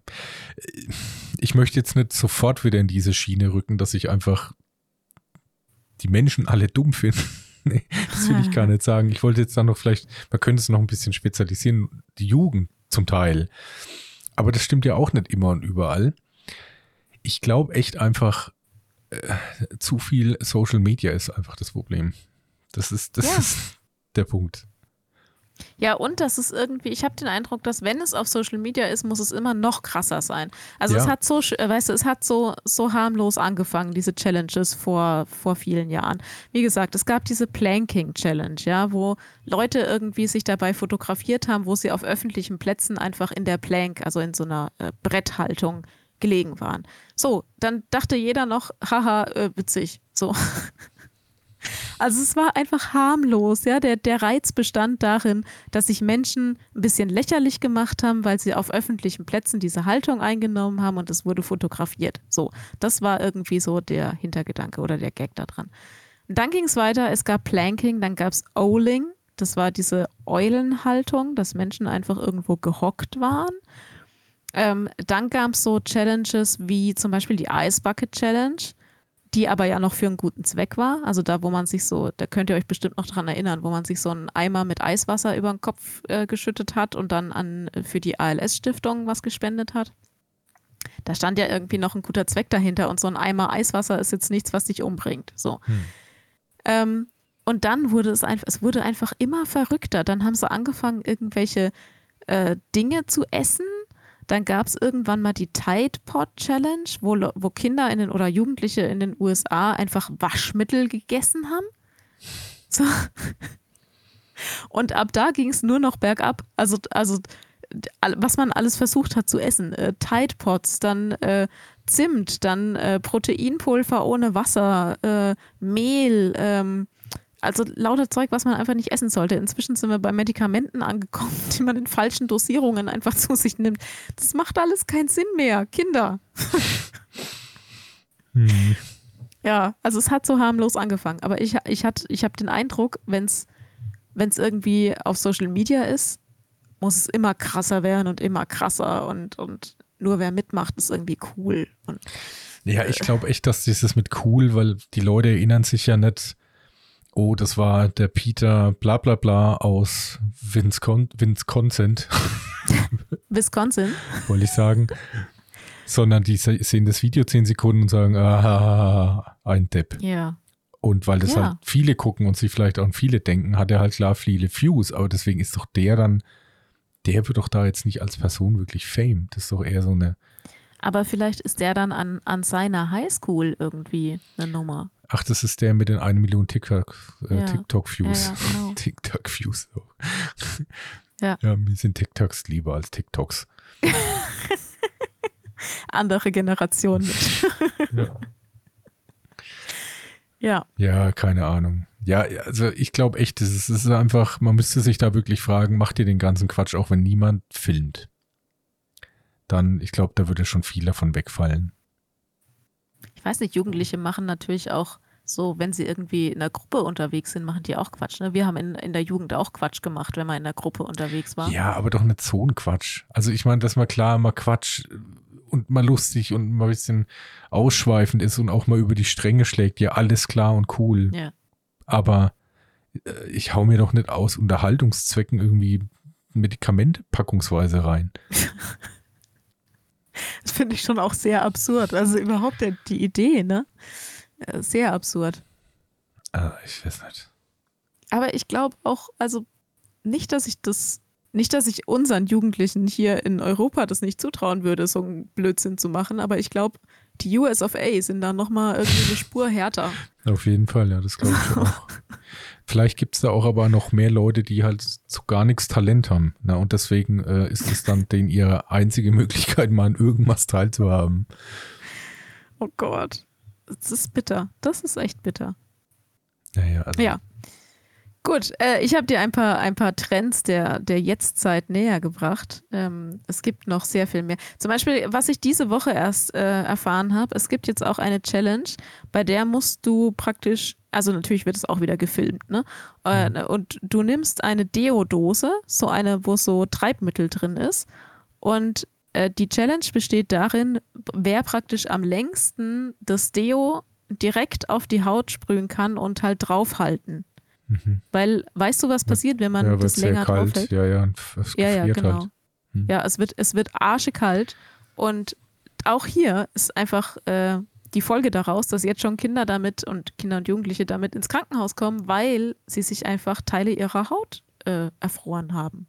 Ich möchte jetzt nicht sofort wieder in diese Schiene rücken, dass ich einfach die Menschen alle dumm finde. Nee, das will ich gar nicht sagen. Ich wollte jetzt dann noch vielleicht, man könnte es noch ein bisschen spezialisieren, die Jugend zum Teil. Aber das stimmt ja auch nicht immer und überall. Ich glaube echt einfach, zu viel Social Media ist einfach das Problem. Das ist der Punkt. Ja, und das ist irgendwie, ich habe den Eindruck, dass wenn es auf Social Media ist, muss es immer noch krasser sein. Also es hat so harmlos angefangen, diese Challenges vor vielen Jahren. Wie gesagt, es gab diese Planking Challenge, ja, wo Leute irgendwie sich dabei fotografiert haben, wo sie auf öffentlichen Plätzen einfach in der Plank, also in so einer Bretthaltung gelegen waren. So, dann dachte jeder noch, haha, witzig, so. Also es war einfach harmlos, ja. Der Reiz bestand darin, dass sich Menschen ein bisschen lächerlich gemacht haben, weil sie auf öffentlichen Plätzen diese Haltung eingenommen haben und es wurde fotografiert. So, das war irgendwie so der Hintergedanke oder der Gag da dran. Und dann ging es weiter, es gab Planking, dann gab es Owling, das war diese Eulenhaltung, dass Menschen einfach irgendwo gehockt waren. Dann gab es so Challenges wie zum Beispiel die Ice Bucket Challenge, die aber ja noch für einen guten Zweck war. Also da, wo man sich so, da könnt ihr euch bestimmt noch dran erinnern, wo man sich so einen Eimer mit Eiswasser über den Kopf geschüttet hat und dann für die ALS-Stiftung was gespendet hat. Da stand ja irgendwie noch ein guter Zweck dahinter und so ein Eimer Eiswasser ist jetzt nichts, was dich umbringt. So. Und dann wurde es wurde einfach immer verrückter. Dann haben sie angefangen, irgendwelche Dinge zu essen. Dann gab es irgendwann mal die Tide Pod Challenge, wo Kinder oder Jugendliche in den USA einfach Waschmittel gegessen haben. So. Und ab da ging es nur noch bergab. Also was man alles versucht hat zu essen. Tide Pods, dann Zimt, dann Proteinpulver ohne Wasser, Mehl, also lauter Zeug, was man einfach nicht essen sollte. Inzwischen sind wir bei Medikamenten angekommen, die man in falschen Dosierungen einfach zu sich nimmt. Das macht alles keinen Sinn mehr. Kinder. Ja, also es hat so harmlos angefangen. Aber ich habe den Eindruck, wenn es irgendwie auf Social Media ist, muss es immer krasser werden und immer krasser und nur wer mitmacht, ist irgendwie cool. Und, ja, ich glaube echt, dass dieses mit cool, weil die Leute erinnern sich ja nicht, oh, das war der Peter bla bla bla aus Wisconsin. Wisconsin? Wollte ich sagen. sondern die sehen das Video 10 Sekunden und sagen, ein Depp. Ja. Und weil das Ja. halt viele gucken und sich vielleicht auch viele denken, hat er halt klar viele Views, aber deswegen ist doch der wird doch da jetzt nicht als Person wirklich Fame. Das ist doch eher so eine, Aber vielleicht ist der dann an seiner Highschool irgendwie eine Nummer. ach, das ist der mit den 1 Million Ja. TikTok-Views. Ja, genau. TikTok-Views. Ja. Ja, mir sind TikToks lieber als TikToks. Andere Generation mit. Ja. Ja. Ja, keine Ahnung. Ja, also ich glaube echt, es ist einfach, man müsste sich da wirklich fragen, macht ihr den ganzen Quatsch, auch wenn niemand filmt? Dann, ich glaube, da würde schon viel davon wegfallen. Ich weiß nicht, Jugendliche machen natürlich auch so, wenn sie irgendwie in einer Gruppe unterwegs sind, machen die auch Quatsch. Ne? Wir haben in der Jugend auch Quatsch gemacht, wenn man in der Gruppe unterwegs war. Ja, aber doch nicht so ein Quatsch. Also ich meine, dass mal klar, mal Quatsch und mal lustig und mal ein bisschen ausschweifend ist und auch mal über die Stränge schlägt, ja, alles klar und cool. Ja. Aber ich hau mir doch nicht aus Unterhaltungszwecken irgendwie Medikamente packungsweise rein. Das finde ich schon auch sehr absurd. Also überhaupt die Idee, ne? Sehr absurd. Ich weiß nicht. Aber ich glaube auch, also nicht, dass ich unseren Jugendlichen hier in Europa das nicht zutrauen würde, so einen Blödsinn zu machen, aber ich glaube, die US of A sind da nochmal irgendwie eine Spur härter. Auf jeden Fall, ja, das glaube ich auch. Vielleicht gibt es da auch aber noch mehr Leute, die halt zu gar nichts Talent haben. Na, und deswegen ist es dann denen ihre einzige Möglichkeit, mal an irgendwas teilzuhaben. Oh Gott. Das ist bitter. Das ist echt bitter. Naja, also Ja. Gut, ich habe dir ein paar Trends der Jetztzeit näher gebracht. Es gibt noch sehr viel mehr. Zum Beispiel, was ich diese Woche erst erfahren habe, es gibt jetzt auch eine Challenge, bei der musst du praktisch, also natürlich wird es auch wieder gefilmt, ne? Und du nimmst eine Deo-Dose, so eine, wo so Treibmittel drin ist. Und die Challenge besteht darin, wer praktisch am längsten das Deo direkt auf die Haut sprühen kann und halt draufhalten. Weil, weißt du, was passiert, wenn man das länger draufhält? Ja, es gefriert genau. halt. Ja, es wird arschekalt und auch hier ist einfach die Folge daraus, dass jetzt schon Kinder und Jugendliche damit ins Krankenhaus kommen, weil sie sich einfach Teile ihrer Haut erfroren haben.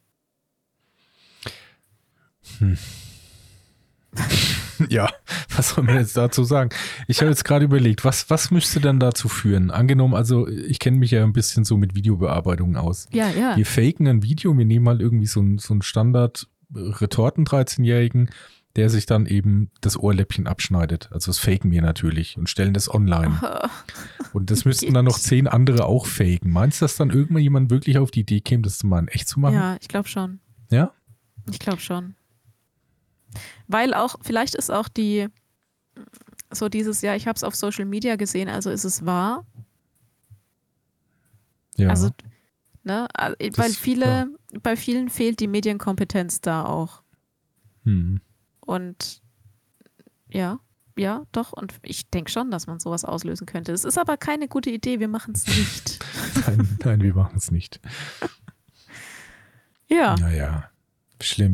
Ja, was soll man jetzt dazu sagen? Ich habe jetzt gerade überlegt, was müsste denn dazu führen? Angenommen, also ich kenne mich ja ein bisschen so mit Videobearbeitungen aus. Ja. Wir faken ein Video, wir nehmen mal irgendwie so einen Standard-Retorten-13-Jährigen, der sich dann eben das Ohrläppchen abschneidet. Also das faken wir natürlich und stellen das online. Und das müssten dann noch 10 andere auch faken. Meinst du, dass dann irgendwann jemand wirklich auf die Idee käme, das mal in echt zu machen? Ja, ich glaube schon. Ja? Ich glaube schon. Weil auch, vielleicht ist auch so dieses, ja, ich habe es auf Social Media gesehen, also ist es wahr. Ja. Also, ne, bei vielen fehlt die Medienkompetenz da auch. Und ja, doch. Und ich denke schon, dass man sowas auslösen könnte. Es ist aber keine gute Idee, wir machen es nicht. Nein, wir machen es nicht. Ja. Naja, schlimm.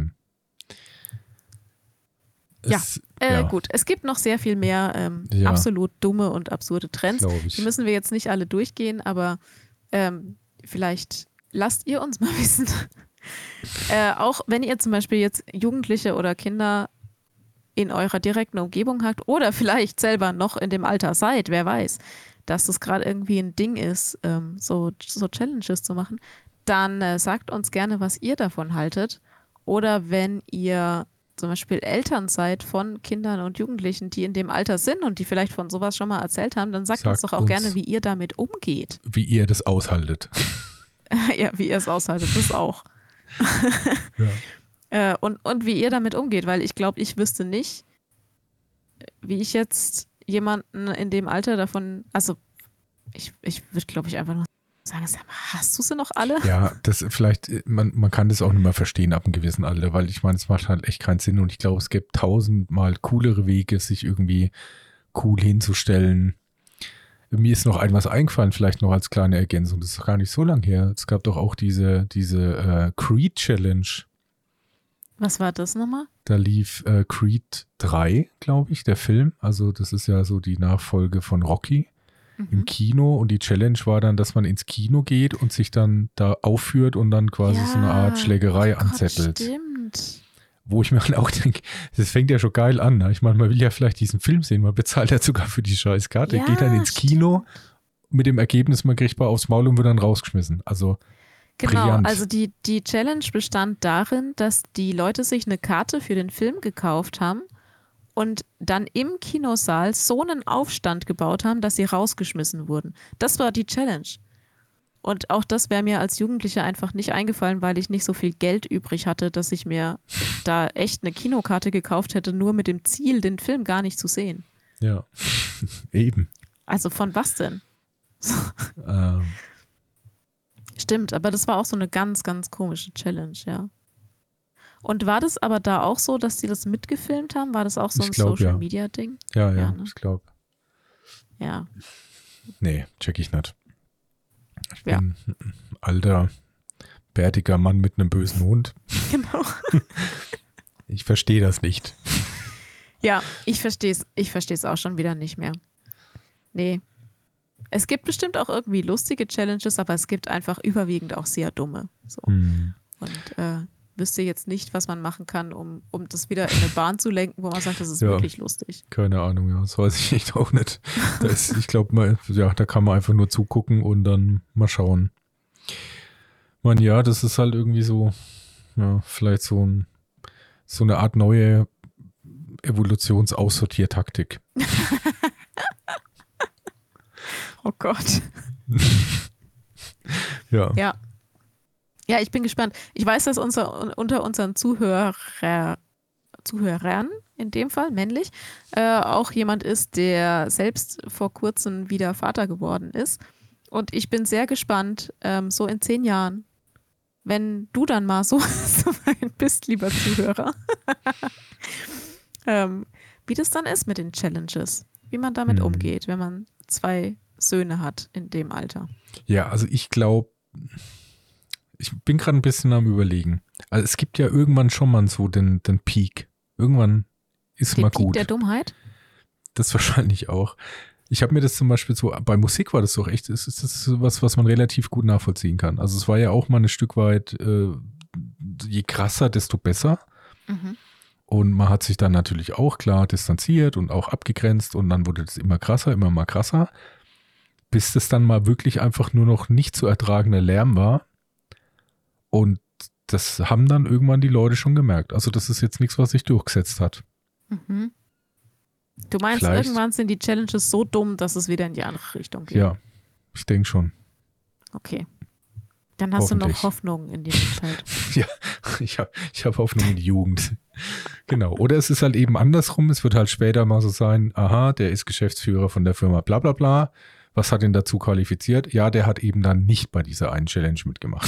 Gut. Es gibt noch sehr viel mehr absolut dumme und absurde Trends. Die müssen wir jetzt nicht alle durchgehen, aber vielleicht lasst ihr uns mal wissen. Auch wenn ihr zum Beispiel jetzt Jugendliche oder Kinder in eurer direkten Umgebung habt oder vielleicht selber noch in dem Alter seid, wer weiß, dass das gerade irgendwie ein Ding ist, so Challenges zu machen, dann sagt uns gerne, was ihr davon haltet. Oder wenn ihr zum Beispiel Eltern seid von Kindern und Jugendlichen, die in dem Alter sind und die vielleicht von sowas schon mal erzählt haben, dann sagt uns doch auch gerne, wie ihr damit umgeht. Wie ihr das aushaltet. Ja, wie ihr es aushaltet, das auch. Ja. Und wie ihr damit umgeht, weil ich glaube, ich wüsste nicht, wie ich jetzt jemanden in dem Alter davon, also ich würde, glaube ich, einfach nur sagen, hast du sie noch alle? Ja, das vielleicht, man kann das auch nicht mehr verstehen ab einem gewissen Alter, weil ich meine, es macht halt echt keinen Sinn und ich glaube, es gibt 1000-mal coolere Wege, sich irgendwie cool hinzustellen. Mir ist noch etwas eingefallen, vielleicht noch als kleine Ergänzung, das ist gar nicht so lang her. Es gab doch auch diese Creed-Challenge. Was war das nochmal? Da lief Creed 3, glaube ich, der Film. Also das ist ja so die Nachfolge von Rocky im Kino. Und die Challenge war dann, dass man ins Kino geht und sich dann da aufführt und dann quasi so eine Art Schlägerei anzettelt. Stimmt. Wo ich mir dann auch denke, das fängt ja schon geil an. Ne? Ich meine, man will ja vielleicht diesen Film sehen. Man bezahlt ja sogar für die scheiß Karte. Ja, geht dann ins Kino mit dem Ergebnis, man kriegt mal aufs Maul und wird dann rausgeschmissen. Also Genau, brillant. also die Challenge bestand darin, dass die Leute sich eine Karte für den Film gekauft haben und dann im Kinosaal so einen Aufstand gebaut haben, dass sie rausgeschmissen wurden. Das war die Challenge. Und auch das wäre mir als Jugendliche einfach nicht eingefallen, weil ich nicht so viel Geld übrig hatte, dass ich mir da echt eine Kinokarte gekauft hätte, nur mit dem Ziel, den Film gar nicht zu sehen. Ja, eben. Also von was denn? Ähm, Stimmt, aber das war auch so eine ganz, ganz komische Challenge, ja. Und war das aber da auch so, dass die das mitgefilmt haben? War das auch so ein Social-Media-Ding? Ja, ne? ich glaube. Ja. Nee, check ich nicht. Ich Ja. bin ein alter, bärtiger Mann mit einem bösen Hund. Genau. Ich verstehe das nicht. Ja, ich verstehe es auch schon wieder nicht mehr. Nee. Es gibt bestimmt auch irgendwie lustige Challenges, aber es gibt einfach überwiegend auch sehr dumme. So. Und wüsste jetzt nicht, was man machen kann, um das wieder in eine Bahn zu lenken, wo man sagt, das ist wirklich lustig. Keine Ahnung, ja, das weiß ich echt auch nicht. Ich glaube, da kann man einfach nur zugucken und dann mal schauen. Ich meine, ja, das ist halt irgendwie so, ja, vielleicht so eine Art neue Evolutionsaussortiertaktik. Oh Gott. Ja. Ja, ich bin gespannt. Ich weiß, dass unter unseren Zuhörern, in dem Fall männlich, auch jemand ist, der selbst vor kurzem wieder Vater geworden ist. Und ich bin sehr gespannt, so in 10 Jahren, wenn du dann mal so weit bist, lieber Zuhörer, wie das dann ist mit den Challenges, wie man damit umgeht, wenn man 2 Söhne hat in dem Alter. Ja, also ich glaube, ich bin gerade ein bisschen am Überlegen. Also es gibt ja irgendwann schon mal so den Peak. Irgendwann ist Den mal Peak gut. der Dummheit? Das wahrscheinlich auch. Ich habe mir das zum Beispiel so, bei Musik war das doch echt, das ist was man relativ gut nachvollziehen kann. Also es war ja auch mal ein Stück weit, je krasser, desto besser. Und man hat sich dann natürlich auch klar distanziert und auch abgegrenzt und dann wurde das immer krasser, immer mal krasser, bis das dann mal wirklich einfach nur noch nicht zu ertragender Lärm war. Und das haben dann irgendwann die Leute schon gemerkt. Also das ist jetzt nichts, was sich durchgesetzt hat. Du meinst, Vielleicht. Irgendwann sind die Challenges so dumm, dass es wieder in die andere Richtung geht? Ja, ich denke schon. Okay. Dann hast du noch Hoffnung in die Menschheit. Ja, ich hab Hoffnung in die Jugend. Genau. Oder es ist halt eben andersrum. Es wird halt später mal so sein, aha, der ist Geschäftsführer von der Firma bla bla bla. Was hat ihn dazu qualifiziert? Ja, der hat eben dann nicht bei dieser einen Challenge mitgemacht.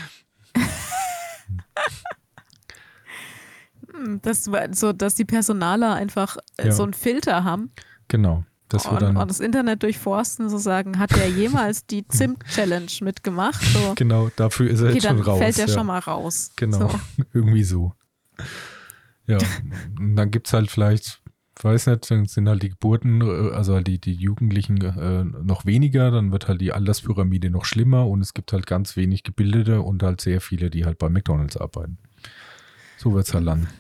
Das war so, dass die Personaler einfach so einen Filter haben. Genau. Und das Internet durchforsten, so sagen, hat der jemals die Zimt-Challenge mitgemacht? So. Genau, dafür ist er jetzt schon raus. Fällt der schon mal raus. Genau, so. Irgendwie so. Ja, und dann gibt es halt vielleicht, weiß nicht, dann sind halt die Geburten, also die Jugendlichen noch weniger, dann wird halt die Alterspyramide noch schlimmer und es gibt halt ganz wenig Gebildete und halt sehr viele, die halt bei McDonald's arbeiten. So wird es halt landen.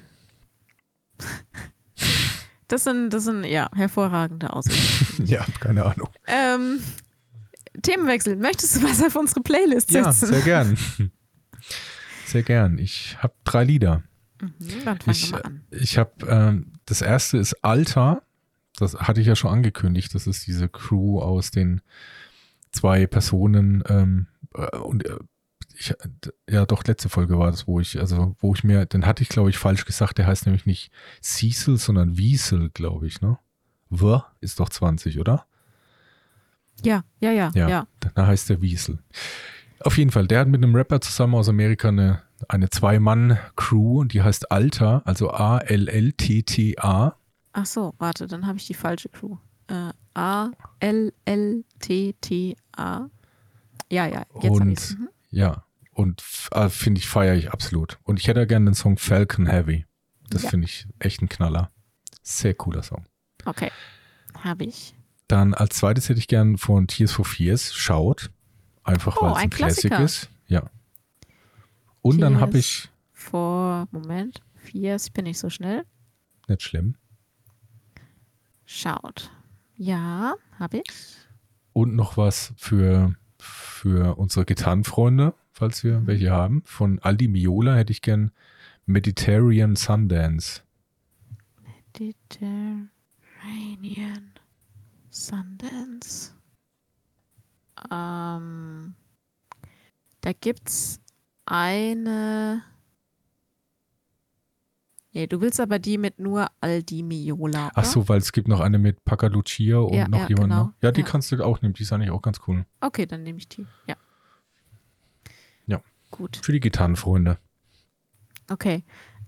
Das sind ja hervorragende Aussichten. Ja, keine Ahnung. Themenwechsel. Möchtest du was auf unsere Playlist setzen? Ja, sehr gern. Sehr gern. Ich habe 3 Lieder. Dann fangen wir mal an. Ich habe, das erste ist Alter. Das hatte ich ja schon angekündigt. Das ist diese Crew aus den 2 Personen. Letzte Folge war das, wo ich mir, den hatte ich, glaube ich, falsch gesagt, der heißt nämlich nicht Cecil, sondern Wiesel, glaube ich, ne? W ist doch 20, oder? Ja. Da heißt der Wiesel. Auf jeden Fall, der hat mit einem Rapper zusammen aus Amerika eine 2-Mann-Crew und die heißt Alta, also A-L-L-T-T-A. Ach so, warte, dann habe ich die falsche Crew. A-L-L-T-T-A. Ja, jetzt habe ich es. Ja. Und finde ich, feiere ich absolut. Und ich hätte gerne den Song Falcon Heavy. Das finde ich echt ein Knaller. Sehr cooler Song. Okay, habe ich. Dann als zweites hätte ich gern von Tears for Fears Shout. Einfach weil es ein Classic ist. Ja. Und Tears dann habe ich. Moment, Fears, bin ich so schnell. Nicht schlimm. Shout. Ja, habe ich. Und noch was für unsere Gitarrenfreunde, falls wir welche haben. Von Aldi Miola hätte ich gern Mediterranean Sundance. Mediterranean Sundance. Da gibt's eine. Nee, du willst aber die mit nur Aldi Miola. Oder? Ach so, weil es gibt noch eine mit Pacalucia und noch jemand. Genau. Ne? Ja, die kannst du auch nehmen. Die ist eigentlich auch ganz cool. Okay, dann nehme ich die. Ja. Ja. Gut. Für die Gitarrenfreunde. Okay.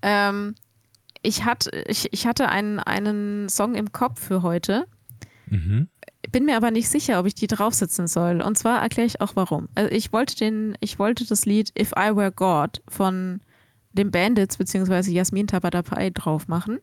Ich hatte einen Song im Kopf für heute. Mhm. Bin mir aber nicht sicher, ob ich die draufsetzen soll. Und zwar erkläre ich auch warum. Also ich wollte das Lied If I Were God von den Bandits bzw. Jasmin Tabatabai drauf machen.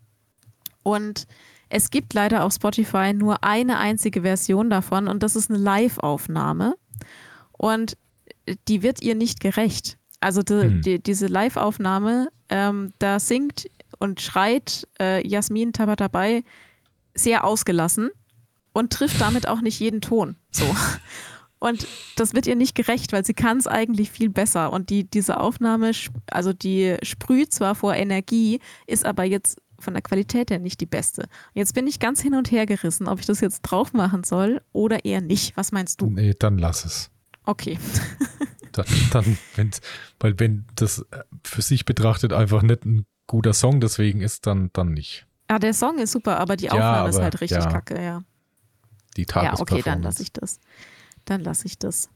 Und es gibt leider auf Spotify nur eine einzige Version davon und das ist eine Live-Aufnahme. Und die wird ihr nicht gerecht. Also diese Live-Aufnahme, da singt und schreit Jasmin Tabatabai sehr ausgelassen und trifft damit auch nicht jeden Ton. So. Und das wird ihr nicht gerecht, weil sie kann es eigentlich viel besser. Und diese Aufnahme, also die sprüht zwar vor Energie, ist aber jetzt von der Qualität her nicht die beste. Und jetzt bin ich ganz hin und her gerissen, ob ich das jetzt drauf machen soll oder eher nicht. Was meinst du? Nee, dann lass es. Okay. Dann weil wenn das für sich betrachtet einfach nicht ein guter Song deswegen ist, dann nicht. Ah, der Song ist super, aber die Aufnahme ist halt richtig kacke, ja. Die Tagesperformance. Ja, okay, dann lasse ich das.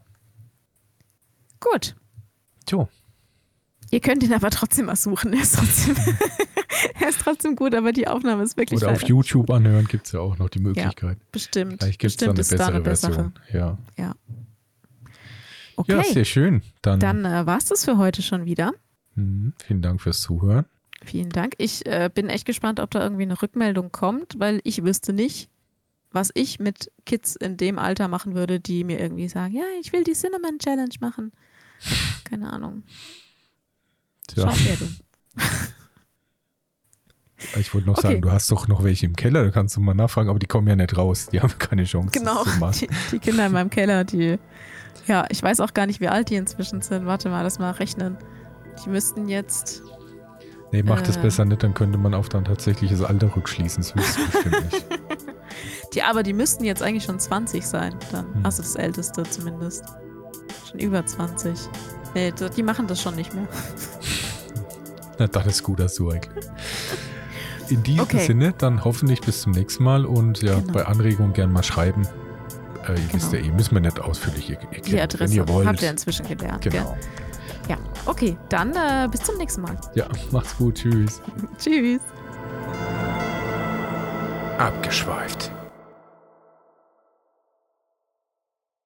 Gut. Jo. Ihr könnt ihn aber trotzdem mal suchen. Er ist trotzdem gut, aber die Aufnahme ist wirklich Oder auf YouTube anhören gibt es ja auch noch die Möglichkeit. Ja, bestimmt. Vielleicht gibt es da eine bessere Version. Ja. Okay. Ja, sehr schön. Dann war es das für heute schon wieder. Vielen Dank fürs Zuhören. Vielen Dank. Ich bin echt gespannt, ob da irgendwie eine Rückmeldung kommt, weil ich wüsste nicht, was ich mit Kids in dem Alter machen würde, die mir irgendwie sagen, ja, ich will die Cinnamon Challenge machen. Keine Ahnung. Ja. Ich wollte noch sagen, du hast doch noch welche im Keller, da kannst du mal nachfragen, aber die kommen ja nicht raus. Die haben keine Chance. Genau, die Kinder in meinem Keller, ich weiß auch gar nicht, wie alt die inzwischen sind. Warte mal, lass mal rechnen. Die müssten jetzt... Nee, mach das besser nicht, dann könnte man auf dein tatsächliches Alter rückschließen. Das wüsste ich bestimmt nicht. Aber die müssten jetzt eigentlich schon 20 sein, dann. Also das Älteste zumindest. Schon über 20. Nee, die machen das schon nicht mehr. Na, das ist gut, dass du eigentlich. In diesem Sinne, dann hoffentlich bis zum nächsten Mal und bei Anregungen gerne mal schreiben. Ihr wisst ja müssen wir nicht ausführlich erklären. Die Adresse wenn ihr wollt. habt ihr inzwischen gelernt. Genau. Gell? Ja, okay, dann bis zum nächsten Mal. Ja, macht's gut, tschüss. Tschüss. Abgeschweift.